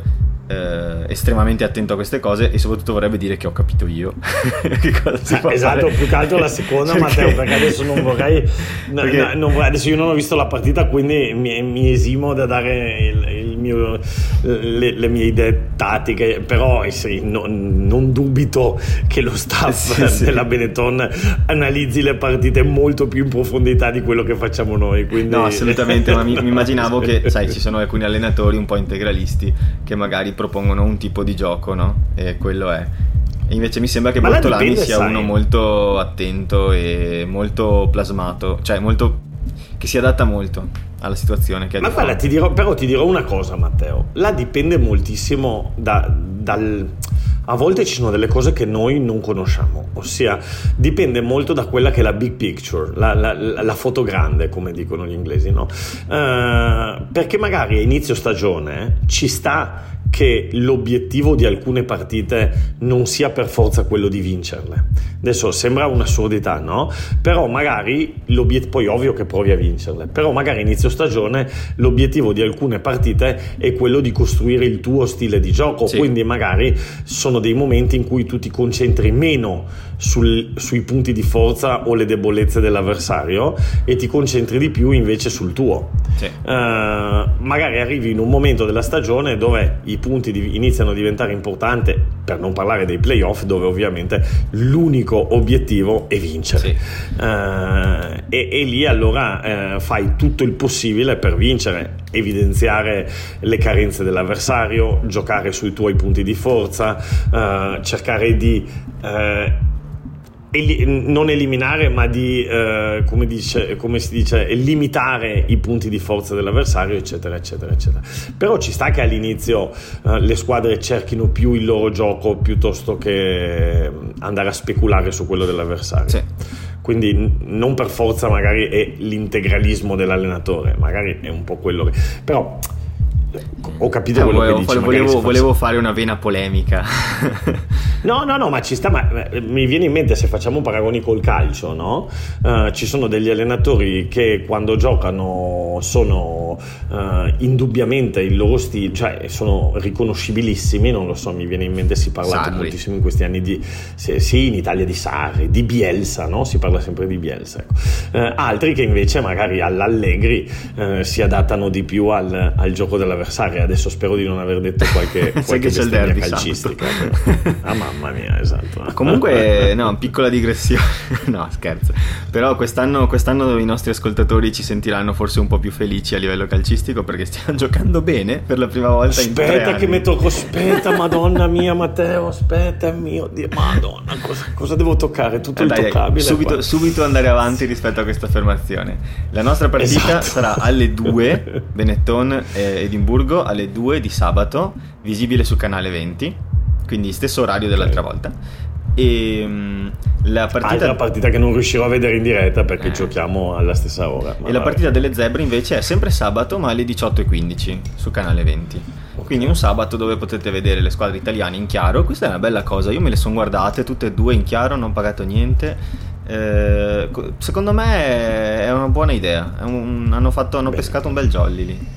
estremamente attento a queste cose, e soprattutto vorrebbe dire che ho capito io che cosa si può esatto, fare. più che altro la seconda, Matteo, perché adesso non vorrei, adesso io non ho visto la partita, quindi mi esimo da dare le mie idee tattiche, però sì, non dubito che lo staff della Benetton analizzi le partite molto più in profondità di quello che facciamo noi, quindi... No, assolutamente, ma mi immaginavo che, sai, ci sono alcuni allenatori un po' integralisti che magari propongono un tipo di gioco, no? E quello è. E invece mi sembra che Bortolami sia uno molto attento e molto plasmato, cioè molto, che si adatta molto alla situazione che è. Ma guarda, ti dirò una cosa, Matteo, là dipende moltissimo a volte ci sono delle cose che noi non conosciamo, ossia dipende molto da quella che è la big picture, la foto grande, come dicono gli inglesi, no? Perché magari a inizio stagione ci sta che l'obiettivo di alcune partite non sia per forza quello di vincerle. Adesso sembra un'assurdità, no? Però magari poi ovvio che provi a vincerle, però magari inizio stagione l'obiettivo di alcune partite è quello di costruire il tuo stile di gioco, sì. Quindi magari sono dei momenti in cui tu ti concentri meno sui punti di forza o le debolezze dell'avversario e ti concentri di più invece sul tuo. Sì. Magari arrivi in un momento della stagione dove i punti iniziano a diventare importanti, per non parlare dei playoff, dove ovviamente l'unico obiettivo è vincere. Sì. E lì allora fai tutto il possibile per vincere, evidenziare le carenze dell'avversario, giocare sui tuoi punti di forza, cercare di non eliminare, ma di come si dice, limitare i punti di forza dell'avversario, eccetera eccetera eccetera. Però ci sta che all'inizio le squadre cerchino più il loro gioco piuttosto che andare a speculare su quello dell'avversario. Sì. Quindi non per forza magari è l'integralismo dell'allenatore, magari è un po' quello che... Però ho capito quello che dici. Volevo fare una vena polemica. No, ma ci sta, ma mi viene in mente, se facciamo paragoni col calcio, no? Ci sono degli allenatori che quando giocano sono indubbiamente il loro stile, cioè sono riconoscibilissimi, non lo so, mi viene in mente, si parla moltissimo in questi anni sì, in Italia di Sarri, di Bielsa, no? Si parla sempre di Bielsa, ecco. Altri che invece magari all'Allegri si adattano di più al gioco dell'avversario. Adesso spero di non aver detto qualche bestemmia calcistica. Ah, mamma mia, esatto. Comunque, no, piccola digressione. No, scherzo. Però quest'anno i nostri ascoltatori ci sentiranno forse un po' più felici a livello calcistico, perché stiamo giocando bene per la prima volta in 3 anni. Che mi tocco, aspetta, madonna mia, Matteo, aspetta, mio Dio, madonna, cosa devo toccare? Tutto il toccabile. Subito andare avanti rispetto a questa affermazione. La nostra partita sarà alle 2, Benetton Edimburgo, alle 2 di sabato, visibile su canale 20, quindi stesso orario dell'altra volta. E altra partita che non riuscirò a vedere in diretta perché giochiamo alla stessa ora. La partita delle zebre invece è sempre sabato, ma alle 18:15 su canale 20. Quindi un sabato dove potete vedere le squadre italiane in chiaro. Questa è una bella cosa, io me le sono guardate tutte e due in chiaro, non ho pagato niente. Secondo me è una buona idea. Hanno pescato un bel jolly lì.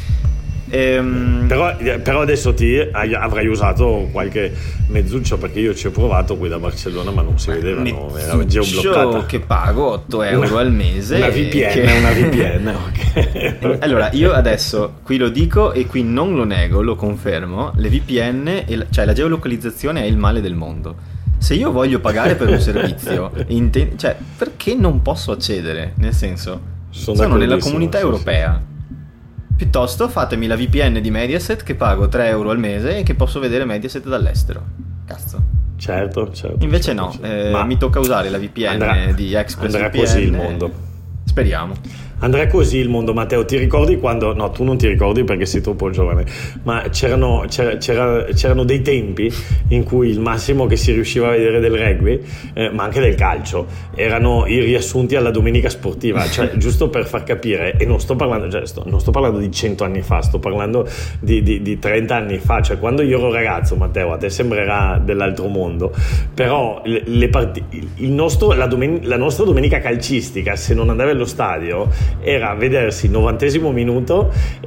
Però adesso avrai usato qualche mezzuccio, perché io ci ho provato qui da Barcellona ma non si vedevano, era geobloccata. Che pago 8 euro al mese, una VPN okay. Allora io adesso qui lo dico e qui non lo nego, lo confermo, le VPN cioè la geolocalizzazione è il male del mondo. Se io voglio pagare per un servizio cioè perché non posso accedere, nel senso sono nella comunità europea. Piuttosto fatemi la VPN di Mediaset che pago 3 euro al mese e che posso vedere Mediaset dall'estero. Cazzo. Certo. Invece no, mi tocca usare la VPN di ExpressVPN. Andrà così il mondo. Speriamo. Andrà così il mondo, Matteo. Ti ricordi quando... No, tu non ti ricordi perché sei troppo giovane, ma c'erano dei tempi in cui il massimo che si riusciva a vedere del rugby, ma anche del calcio, erano i riassunti alla domenica sportiva. Cioè, giusto per far capire, e non sto parlando di 100 anni fa, sto parlando di 30 anni fa. Cioè, quando io ero ragazzo, Matteo, a te sembrerà dell'altro mondo, però la nostra domenica calcistica, se non andavi allo stadio, era vedersi il 90° minuto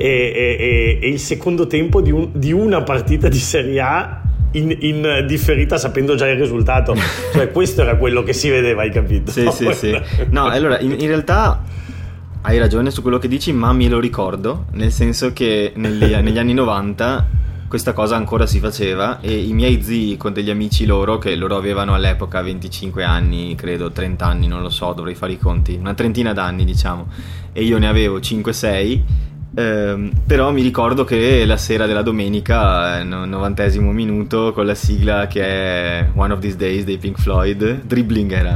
e il secondo tempo di una partita di Serie A in differita, sapendo già il risultato. Cioè questo era quello che si vedeva, hai capito? Sì. No, allora in realtà hai ragione su quello che dici, ma me lo ricordo, nel senso che negli anni 90 questa cosa ancora si faceva, e i miei zii con degli amici loro, che loro avevano all'epoca 25 anni, credo 30 anni, non lo so, dovrei fare i conti, una trentina d'anni diciamo, e io ne avevo 5-6. Però mi ricordo che la sera della domenica, 90° minuto, con la sigla che è One of These Days dei Pink Floyd, dribbling era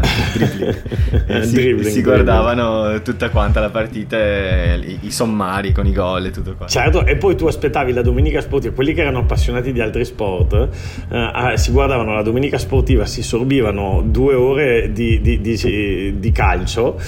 dribbling. Si guardavano tutta quanta la partita, i sommari con i gol e tutto qua. Certo, e poi tu aspettavi la domenica sportiva, quelli che erano appassionati di altri sport si guardavano la domenica sportiva, si sorbivano 2 ore di calcio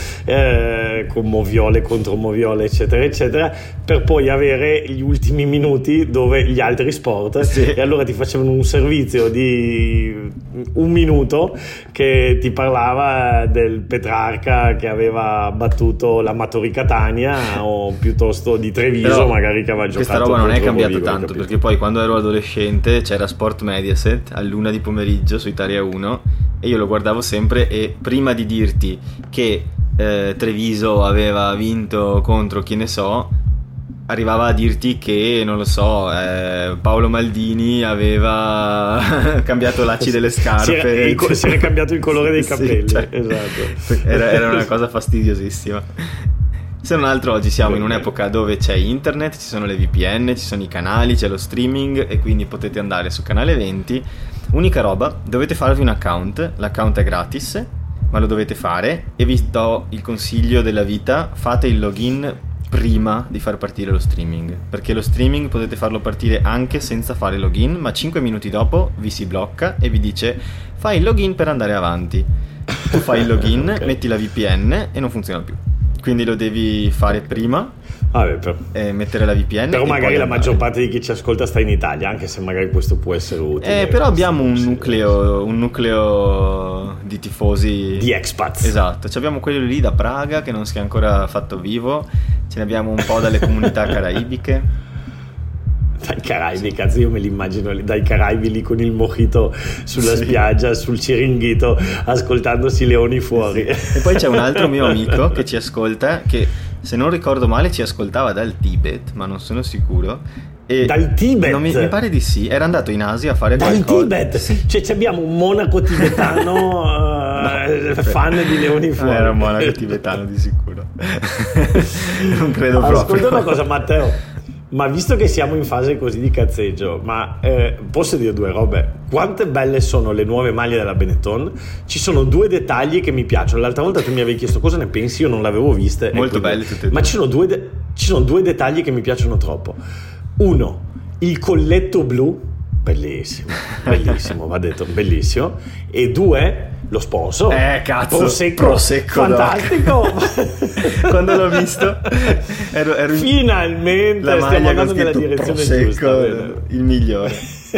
con moviole contro moviole eccetera eccetera, per poi avere gli ultimi minuti dove gli altri sport, e allora ti facevano un servizio di 1 minuto che ti parlava del Petrarca che aveva battuto l'Amatori Catania, o piuttosto di Treviso. Però magari che aveva giocato. Questa roba non è cambiata tanto, perché poi quando ero adolescente c'era Sport Mediaset all'1 di pomeriggio su Italia 1 e io lo guardavo sempre, e prima di dirti che Treviso aveva vinto contro chi ne so, arrivava a dirti che, non lo so, Paolo Maldini aveva cambiato lacci delle scarpe, si era cambiato il colore dei capelli. Cioè, esatto. Era una cosa fastidiosissima. Se non altro oggi siamo in un'epoca dove c'è internet, ci sono le VPN, ci sono i canali, c'è lo streaming, e quindi potete andare su Canale 20. Unica roba, dovete farvi un account, l'account è gratis, ma lo dovete fare, e vi do il consiglio della vita: fate il login prima di far partire lo streaming, perché lo streaming potete farlo partire anche senza fare login, ma 5 minuti dopo vi si blocca e vi dice fai il login per andare avanti. Tu fai il login, okay, metti la VPN e non funziona più, quindi lo devi fare prima. Mettere la VPN. Però magari la maggior parte di chi ci ascolta sta in Italia, anche se magari questo può essere utile. Però abbiamo un nucleo di tifosi, di expats. Esatto, abbiamo quello lì da Praga che non si è ancora fatto vivo, ce ne abbiamo un po' dalle comunità caraibiche. Dai Caraibi, cazzo, io me li immagino dai Caraibi lì con il mojito sulla spiaggia, sul Ciringhito, ascoltandosi leoni fuori. E poi c'è un altro mio amico che ci ascolta, che se non ricordo male ci ascoltava dal Tibet, ma non sono sicuro. E dal Tibet? Mi pare di sì, era andato in Asia a fare dal qualcosa. Tibet? Sì. Cioè abbiamo un monaco tibetano fan di leoni fuori. Era un monaco tibetano di sicuro. Non credo proprio. Ascolta una cosa, Matteo, ma visto che siamo in fase così di cazzeggio, ma posso dire 2 robe? Quante belle sono le nuove maglie della Benetton? Ci sono 2 dettagli che mi piacciono. L'altra volta tu mi avevi chiesto cosa ne pensi, io non l'avevo viste. Molto belle tutte e 2. Ma ci sono 2 dettagli che mi piacciono troppo. 1, il colletto blu, bellissimo, va detto, bellissimo. E 2, lo sponsor, cazzo, Prosecco fantastico. Quando l'ho visto ero finalmente stiamo andando nella direzione Prosecco, giusta, il migliore.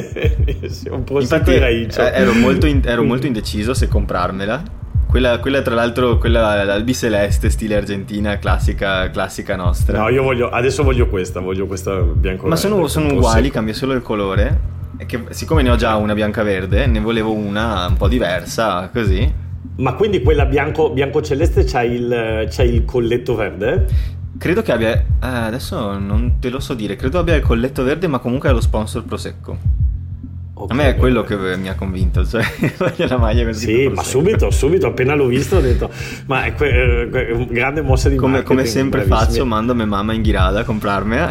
Un Prosecco. Infatti ero molto indeciso se comprarmela. Quella tra l'altro, quella albiceleste stile Argentina, classica nostra. No, adesso voglio questa bianco. Ma sono uguali, cambia solo il colore. E che, siccome ne ho già una bianca-verde, ne volevo una un po' diversa, così. Ma quindi quella bianco-celeste c'ha il colletto verde? Credo che abbia... adesso non te lo so dire. Credo abbia il colletto verde, ma comunque ha lo sponsor Prosecco. Okay, a me è quello che mi ha convinto, cioè voglio la maglia così. Sì, ma subito appena l'ho visto ho detto ma è grande mossa di marketing. Come sempre faccio, mando mia mamma in ghirada a comprarmela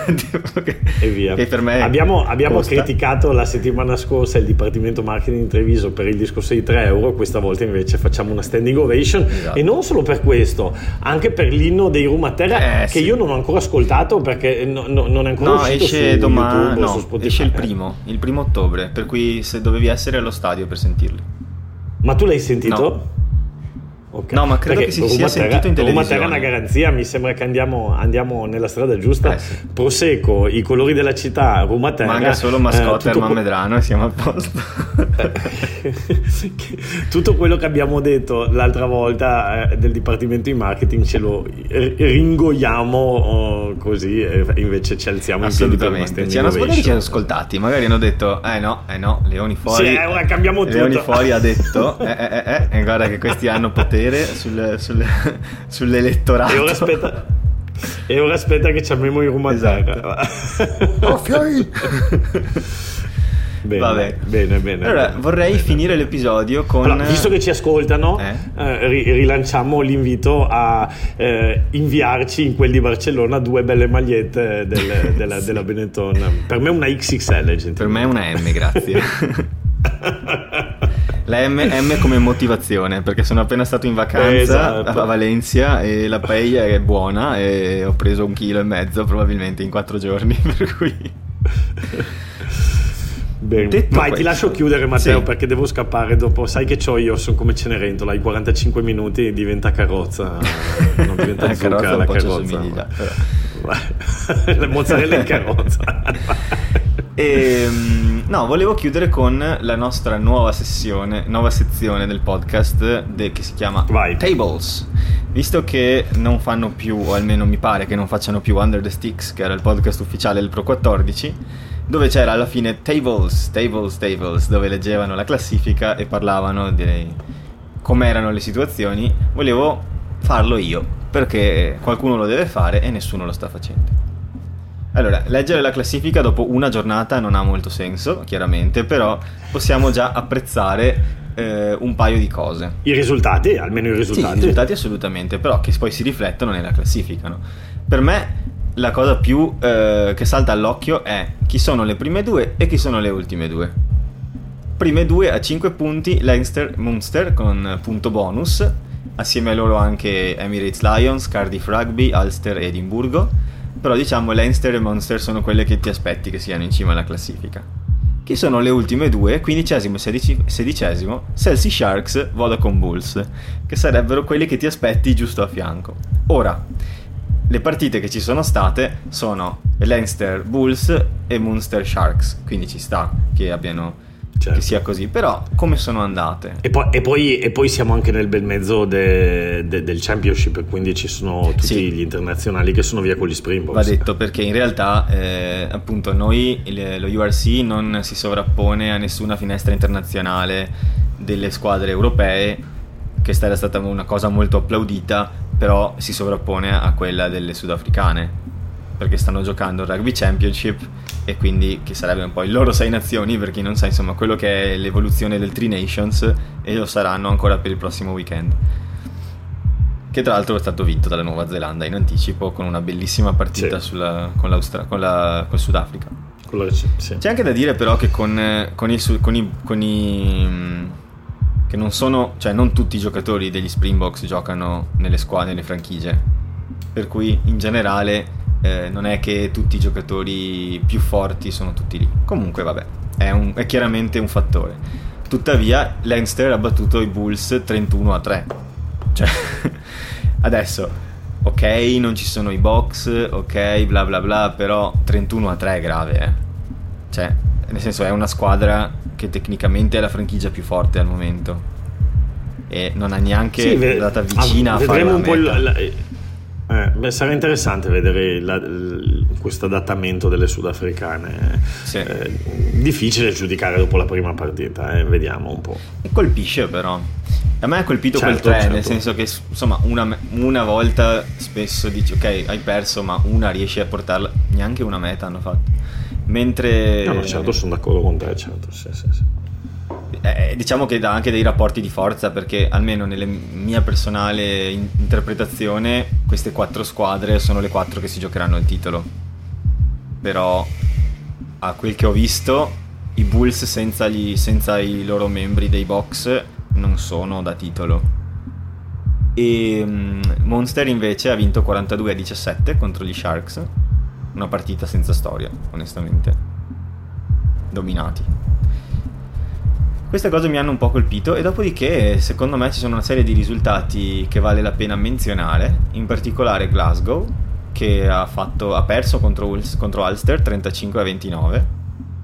e via. Che per me abbiamo criticato la settimana scorsa il Dipartimento Marketing di Treviso per il discorso di 3 euro, questa volta invece facciamo una standing ovation. Esatto. E non solo per questo, anche per l'inno dei Rumaterra che io non ho ancora ascoltato perché non è ancora uscito esce su domani, YouTube, su Spotify. Esce il primo ottobre, per cui se dovevi essere allo stadio per sentirli. Ma tu l'hai sentito? No. Okay. No, ma credo che si sia sentito in televisione. Rumaterra è una garanzia, mi sembra che andiamo nella strada giusta. Sì. Prosecco, i colori della città, Rumaterra. Manca solo mascotte Armand Medrano e siamo a posto. Tutto quello che abbiamo detto l'altra volta del dipartimento di marketing ce lo ringoiamo così, e invece ci alziamo in piedi per assolutamente. Ci hanno ascoltati, magli hanno detto no, Leoni fuori, sì, ora cambiamo tutto. Leoni fuori ha detto e guarda che questi hanno potere sull'elettorato. E ora aspetta che ci abbiamo i Rumatara. Bene. Allora, vorrei finire l'episodio con... Allora, visto che ci ascoltano, rilanciamo l'invito a inviarci in quel di Barcellona 2 belle magliette della Benetton. Per me una XXL, per me una M, grazie. La M come motivazione, perché sono appena stato in vacanza a Valencia e la paella è buona e ho preso 1,5 kg probabilmente in 4 giorni, per cui... Bene. Vai, ti lascio chiudere, Matteo, sì, perché devo scappare dopo. Sai che c'ho io, sono come Cenerentola, ai 45 minuti diventa carrozza, non diventa zucca la carrozza. Le mozzarella in carrozza. Volevo chiudere con la nostra nuova sezione del podcast che si chiama Tables. Visto che non fanno più, o almeno mi pare che non facciano più Under the Sticks, che era il podcast ufficiale del Pro 14, dove c'era alla fine Tables, dove leggevano la classifica e parlavano di come erano le situazioni, volevo farlo io, perché qualcuno lo deve fare e nessuno lo sta facendo. Allora, leggere la classifica dopo una giornata non ha molto senso, chiaramente, però possiamo già apprezzare un paio di cose. I risultati, almeno i risultati. Sì, i risultati assolutamente, però che poi si riflettono nella classifica, no? Per me la cosa più che salta all'occhio è chi sono le prime due e chi sono le ultime due. Prime due a 5 punti Leinster, Munster con punto bonus, assieme a loro anche Emirates Lions, Cardiff Rugby, Ulster e Edimburgo. Però diciamo Leinster e Munster sono quelle che ti aspetti che siano in cima alla classifica. Chi sono le ultime due? 15esimo e 16esimo, Chelsea Sharks, Vodacom Bulls, che sarebbero quelli che ti aspetti giusto a fianco. Ora, le partite che ci sono state sono Leinster Bulls e Munster Sharks, quindi ci sta che abbiano... Certo. Che sia così, però come sono andate? E poi siamo anche nel bel mezzo del Championship, quindi ci sono tutti gli internazionali che sono via con gli Springboks. Va detto, perché in realtà appunto noi lo URC non si sovrappone a nessuna finestra internazionale delle squadre europee, che era stata una cosa molto applaudita, però si sovrappone a quella delle sudafricane, perché stanno giocando il Rugby Championship e quindi che sarebbe un po' il loro 6 nazioni, per chi non sa, insomma, quello che è l'evoluzione del Tri Nations, e lo saranno ancora per il prossimo weekend, che tra l'altro è stato vinto dalla Nuova Zelanda in anticipo con una bellissima partita col Sudafrica. Sì. C'è anche da dire però che con i che non sono, cioè non tutti i giocatori degli Springboks giocano nelle squadre, nelle franchigie, per cui in generale non è che tutti i giocatori più forti sono tutti lì. Comunque vabbè, è chiaramente un fattore. Tuttavia Leinster ha battuto i Bulls 31-3, cioè adesso ok, non ci sono i box, ok, bla bla bla, però 31-3 è grave, cioè nel senso è una squadra che tecnicamente è la franchigia più forte al momento e non ha neanche andata vicina a fare una meta. Sarà interessante vedere questo adattamento delle sudafricane. Sì. Difficile giudicare dopo la prima partita, vediamo un po'. E colpisce però. A me ha colpito quel 3, nel senso che insomma una volta spesso dici ok, hai perso, ma una riesci a portarla, neanche una meta hanno fatto. Mentre no, certo, sono d'accordo con te, certo, sì. Diciamo che dà anche dei rapporti di forza, perché almeno nella mia personale interpretazione queste 4 squadre sono le 4 che si giocheranno il titolo, però a quel che ho visto i Bulls senza i loro membri dei box non sono da titolo, e Munster invece ha vinto 42-17 contro gli Sharks, una partita senza storia, onestamente, dominati. Queste cose mi hanno un po' colpito, e dopodiché secondo me ci sono una serie di risultati che vale la pena menzionare, in particolare Glasgow che ha perso contro Ulster 35-29,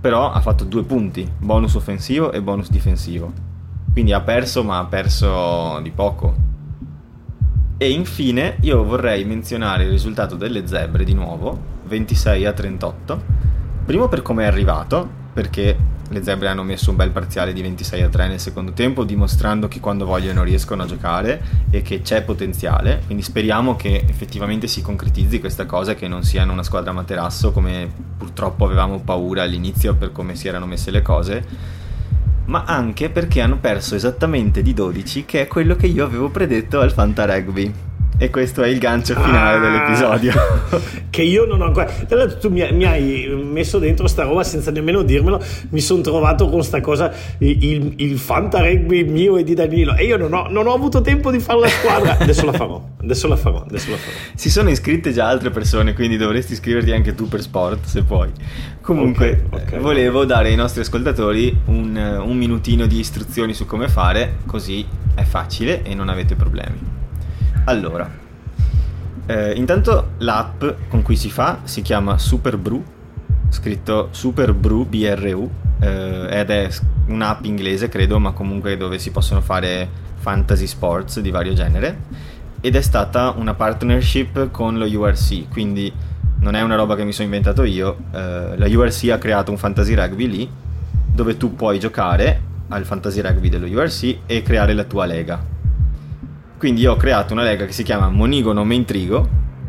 però ha fatto 2 punti, bonus offensivo e bonus difensivo, quindi ha perso, ma ha perso di poco. E infine io vorrei menzionare il risultato delle zebre di nuovo, 26-38, primo per come è arrivato, perché le zebre hanno messo un bel parziale di 26-3 nel secondo tempo, dimostrando che quando vogliono riescono a giocare e che c'è potenziale, quindi speriamo che effettivamente si concretizzi questa cosa e che non siano una squadra materasso come purtroppo avevamo paura all'inizio per come si erano messe le cose, ma anche perché hanno perso esattamente di 12, che è quello che io avevo predetto al Fanta Rugby. E questo è il gancio finale dell'episodio. Che io non ho ancora. Tu mi hai messo dentro sta roba senza nemmeno dirmelo. Mi sono trovato con sta cosa, il Fanta Rugby mio e di Danilo, e io non ho avuto tempo di fare la squadra. Adesso la farò. Si sono iscritte già altre persone, quindi dovresti iscriverti anche tu per sport, se puoi. Comunque okay. Volevo dare ai nostri ascoltatori un minutino di istruzioni su come fare, così è facile e non avete problemi. Allora, intanto l'app con cui si fa si chiama Super Brew, scritto Super Brew, BRU, ed è un'app inglese credo, ma comunque dove si possono fare fantasy sports di vario genere, ed è stata una partnership con lo URC, quindi non è una roba che mi sono inventato io. La URC ha creato un fantasy rugby lì, dove tu puoi giocare al fantasy rugby dello URC e creare la tua lega. Quindi io ho creato una lega che si chiama Monigo non me intrigo.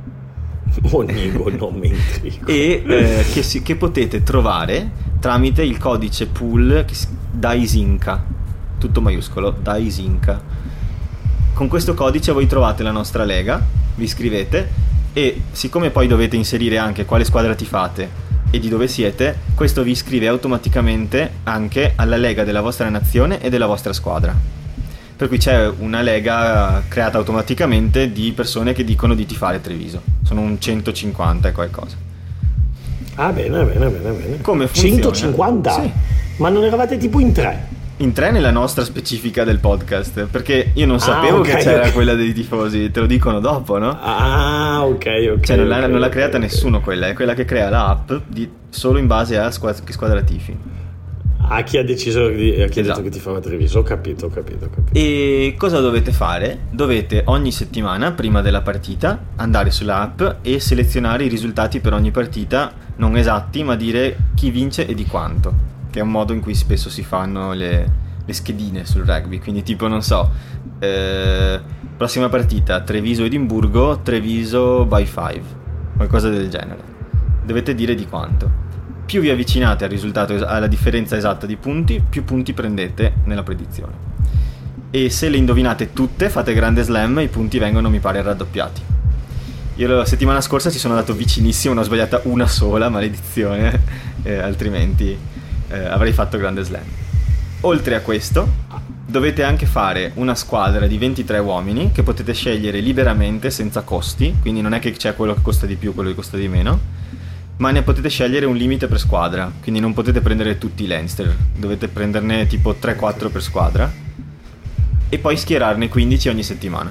E che potete trovare tramite il codice pool DAISINCA, tutto maiuscolo, DAISINCA. Con questo codice voi trovate la nostra lega, vi iscrivete, e siccome poi dovete inserire anche quale squadra tifate e di dove siete, questo vi iscrive automaticamente anche alla lega della vostra nazione e della vostra squadra. Per cui c'è una lega creata automaticamente di persone che dicono di tifare Treviso. Sono un 150 e qualcosa. Ah, bene. Come funziona? 150? Sì. Ma non eravate tipo in 3? In 3 nella nostra specifica del podcast, perché io non sapevo che c'era quella dei tifosi, te lo dicono dopo, no? Ah, ok. Cioè non l'ha creata nessuno quella, è quella che crea l'app solo in base a che squadra tifi. A chi ha deciso esatto. Detto che ti fa Treviso, ho capito. E cosa dovete fare? Dovete ogni settimana, prima della partita, andare sull'app e selezionare i risultati per ogni partita, non esatti, ma dire chi vince e di quanto, che è un modo in cui spesso si fanno le schedine sul rugby. Quindi tipo, non so, prossima partita Treviso-Edimburgo, Treviso by 5, qualcosa del genere. Dovete dire di quanto. Più vi avvicinate al risultato, alla differenza esatta di punti, più punti prendete nella predizione. E se le indovinate tutte, fate grande slam, i punti vengono, mi pare, raddoppiati. Io la settimana scorsa ci sono andato vicinissimo, ne ho sbagliata una sola, maledizione, altrimenti avrei fatto grande slam. Oltre a questo, dovete anche fare una squadra di 23 uomini che potete scegliere liberamente, senza costi, quindi non è che c'è quello che costa di più, quello che costa di meno, ma ne potete scegliere un limite per squadra, quindi non potete prendere tutti i Leinster, dovete prenderne tipo 3-4 per squadra e poi schierarne 15 ogni settimana.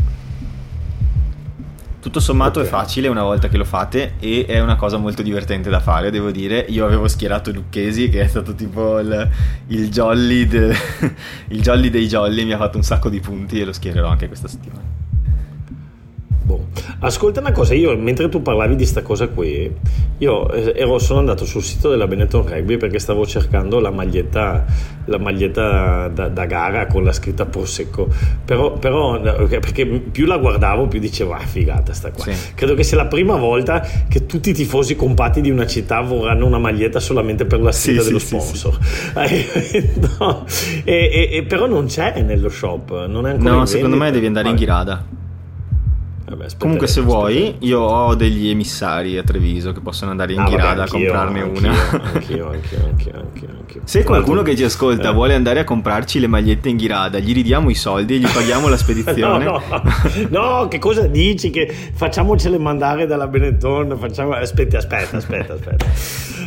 Tutto sommato È facile una volta che lo fate, e è una cosa molto divertente da fare, devo dire. Io avevo schierato Lucchesi, che è stato tipo il jolly il jolly dei jolly, mi ha fatto un sacco di punti, e lo schiererò anche questa settimana. Ascolta una cosa, io mentre tu parlavi di sta cosa qui, io sono andato sul sito della Benetton Rugby perché stavo cercando la maglietta da gara con la scritta Prosecco, però perché più la guardavo più dicevo figata sta qua. Sì. Credo che sia la prima volta che tutti i tifosi compatti di una città vorranno una maglietta solamente per la scritta dello sponsor. Sì. No. Però non c'è nello shop, non è ancora in secondo me devi andare in Ghirada. Vabbè, comunque se vuoi io ho degli emissari a Treviso che possono andare in Ghirada a comprarne una. Anch'io. Se qualcuno che ci ascolta vuole andare a comprarci le magliette in Ghirada, gli ridiamo i soldi e gli paghiamo la spedizione. No, che cosa dici? Che facciamocele mandare dalla Benetton? Aspetta.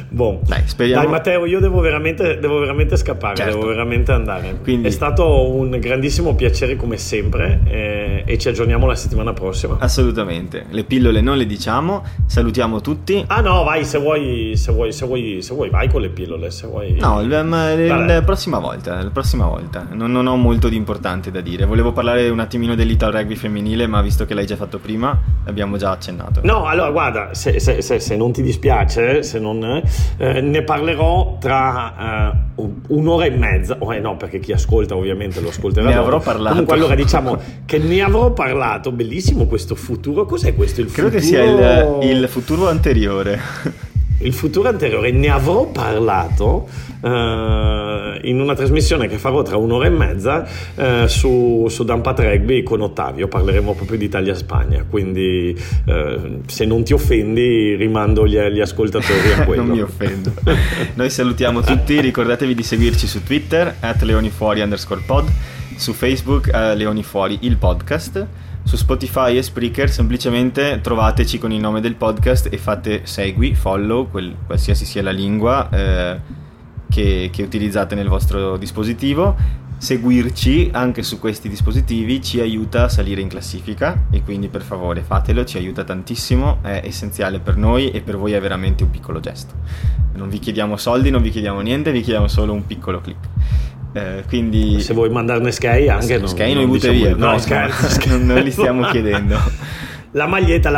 Boh. Dai, speriamo. Dai Matteo, io devo veramente scappare, Certo. devo veramente andare. Quindi... È stato un grandissimo piacere come sempre, e ci aggiorniamo la settimana prossima. Assolutamente, le pillole non le diciamo, salutiamo tutti. Ah no, vai, se vuoi vai con le pillole, se vuoi. No, la prossima volta. Non ho molto di importante da dire. Volevo parlare un attimino dell'Ital Rugby femminile, ma visto che l'hai già fatto prima, abbiamo già accennato. No, allora guarda, se non ti dispiace, ne parlerò tra un'ora e mezza. No, perché chi ascolta ovviamente lo ascolterà. Ne avrò parlato. Comunque allora diciamo che ne avrò parlato. Bellissimo questo futuro. Cos'è questo? Credo che sia il futuro anteriore. Il futuro anteriore. Ne avrò parlato in una trasmissione che farò tra un'ora e mezza su Dampat Rugby con Ottavio. Parleremo proprio di Italia-Spagna, quindi se non ti offendi rimando gli ascoltatori a quello. Non mi offendo. Noi salutiamo tutti, ricordatevi di seguirci su Twitter @leonifuori_pod, su Facebook Leonifuori il podcast, su Spotify e Spreaker semplicemente trovateci con il nome del podcast e fate segui, follow, qualsiasi sia la lingua che utilizzate nel vostro dispositivo. Seguirci anche su questi dispositivi ci aiuta a salire in classifica e quindi per favore fatelo, ci aiuta tantissimo, è essenziale per noi e per voi è veramente un piccolo gesto. Non vi chiediamo soldi, non vi chiediamo niente, vi chiediamo solo un piccolo click. Quindi se vuoi mandarne Sky anche Sky noi butte via, no, Sky. Non li stiamo chiedendo. La maglietta.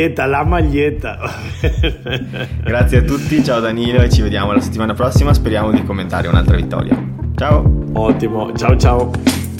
Grazie a tutti, ciao Danilo e ci vediamo la settimana prossima, speriamo di commentare un'altra vittoria. Ciao. Ottimo, ciao.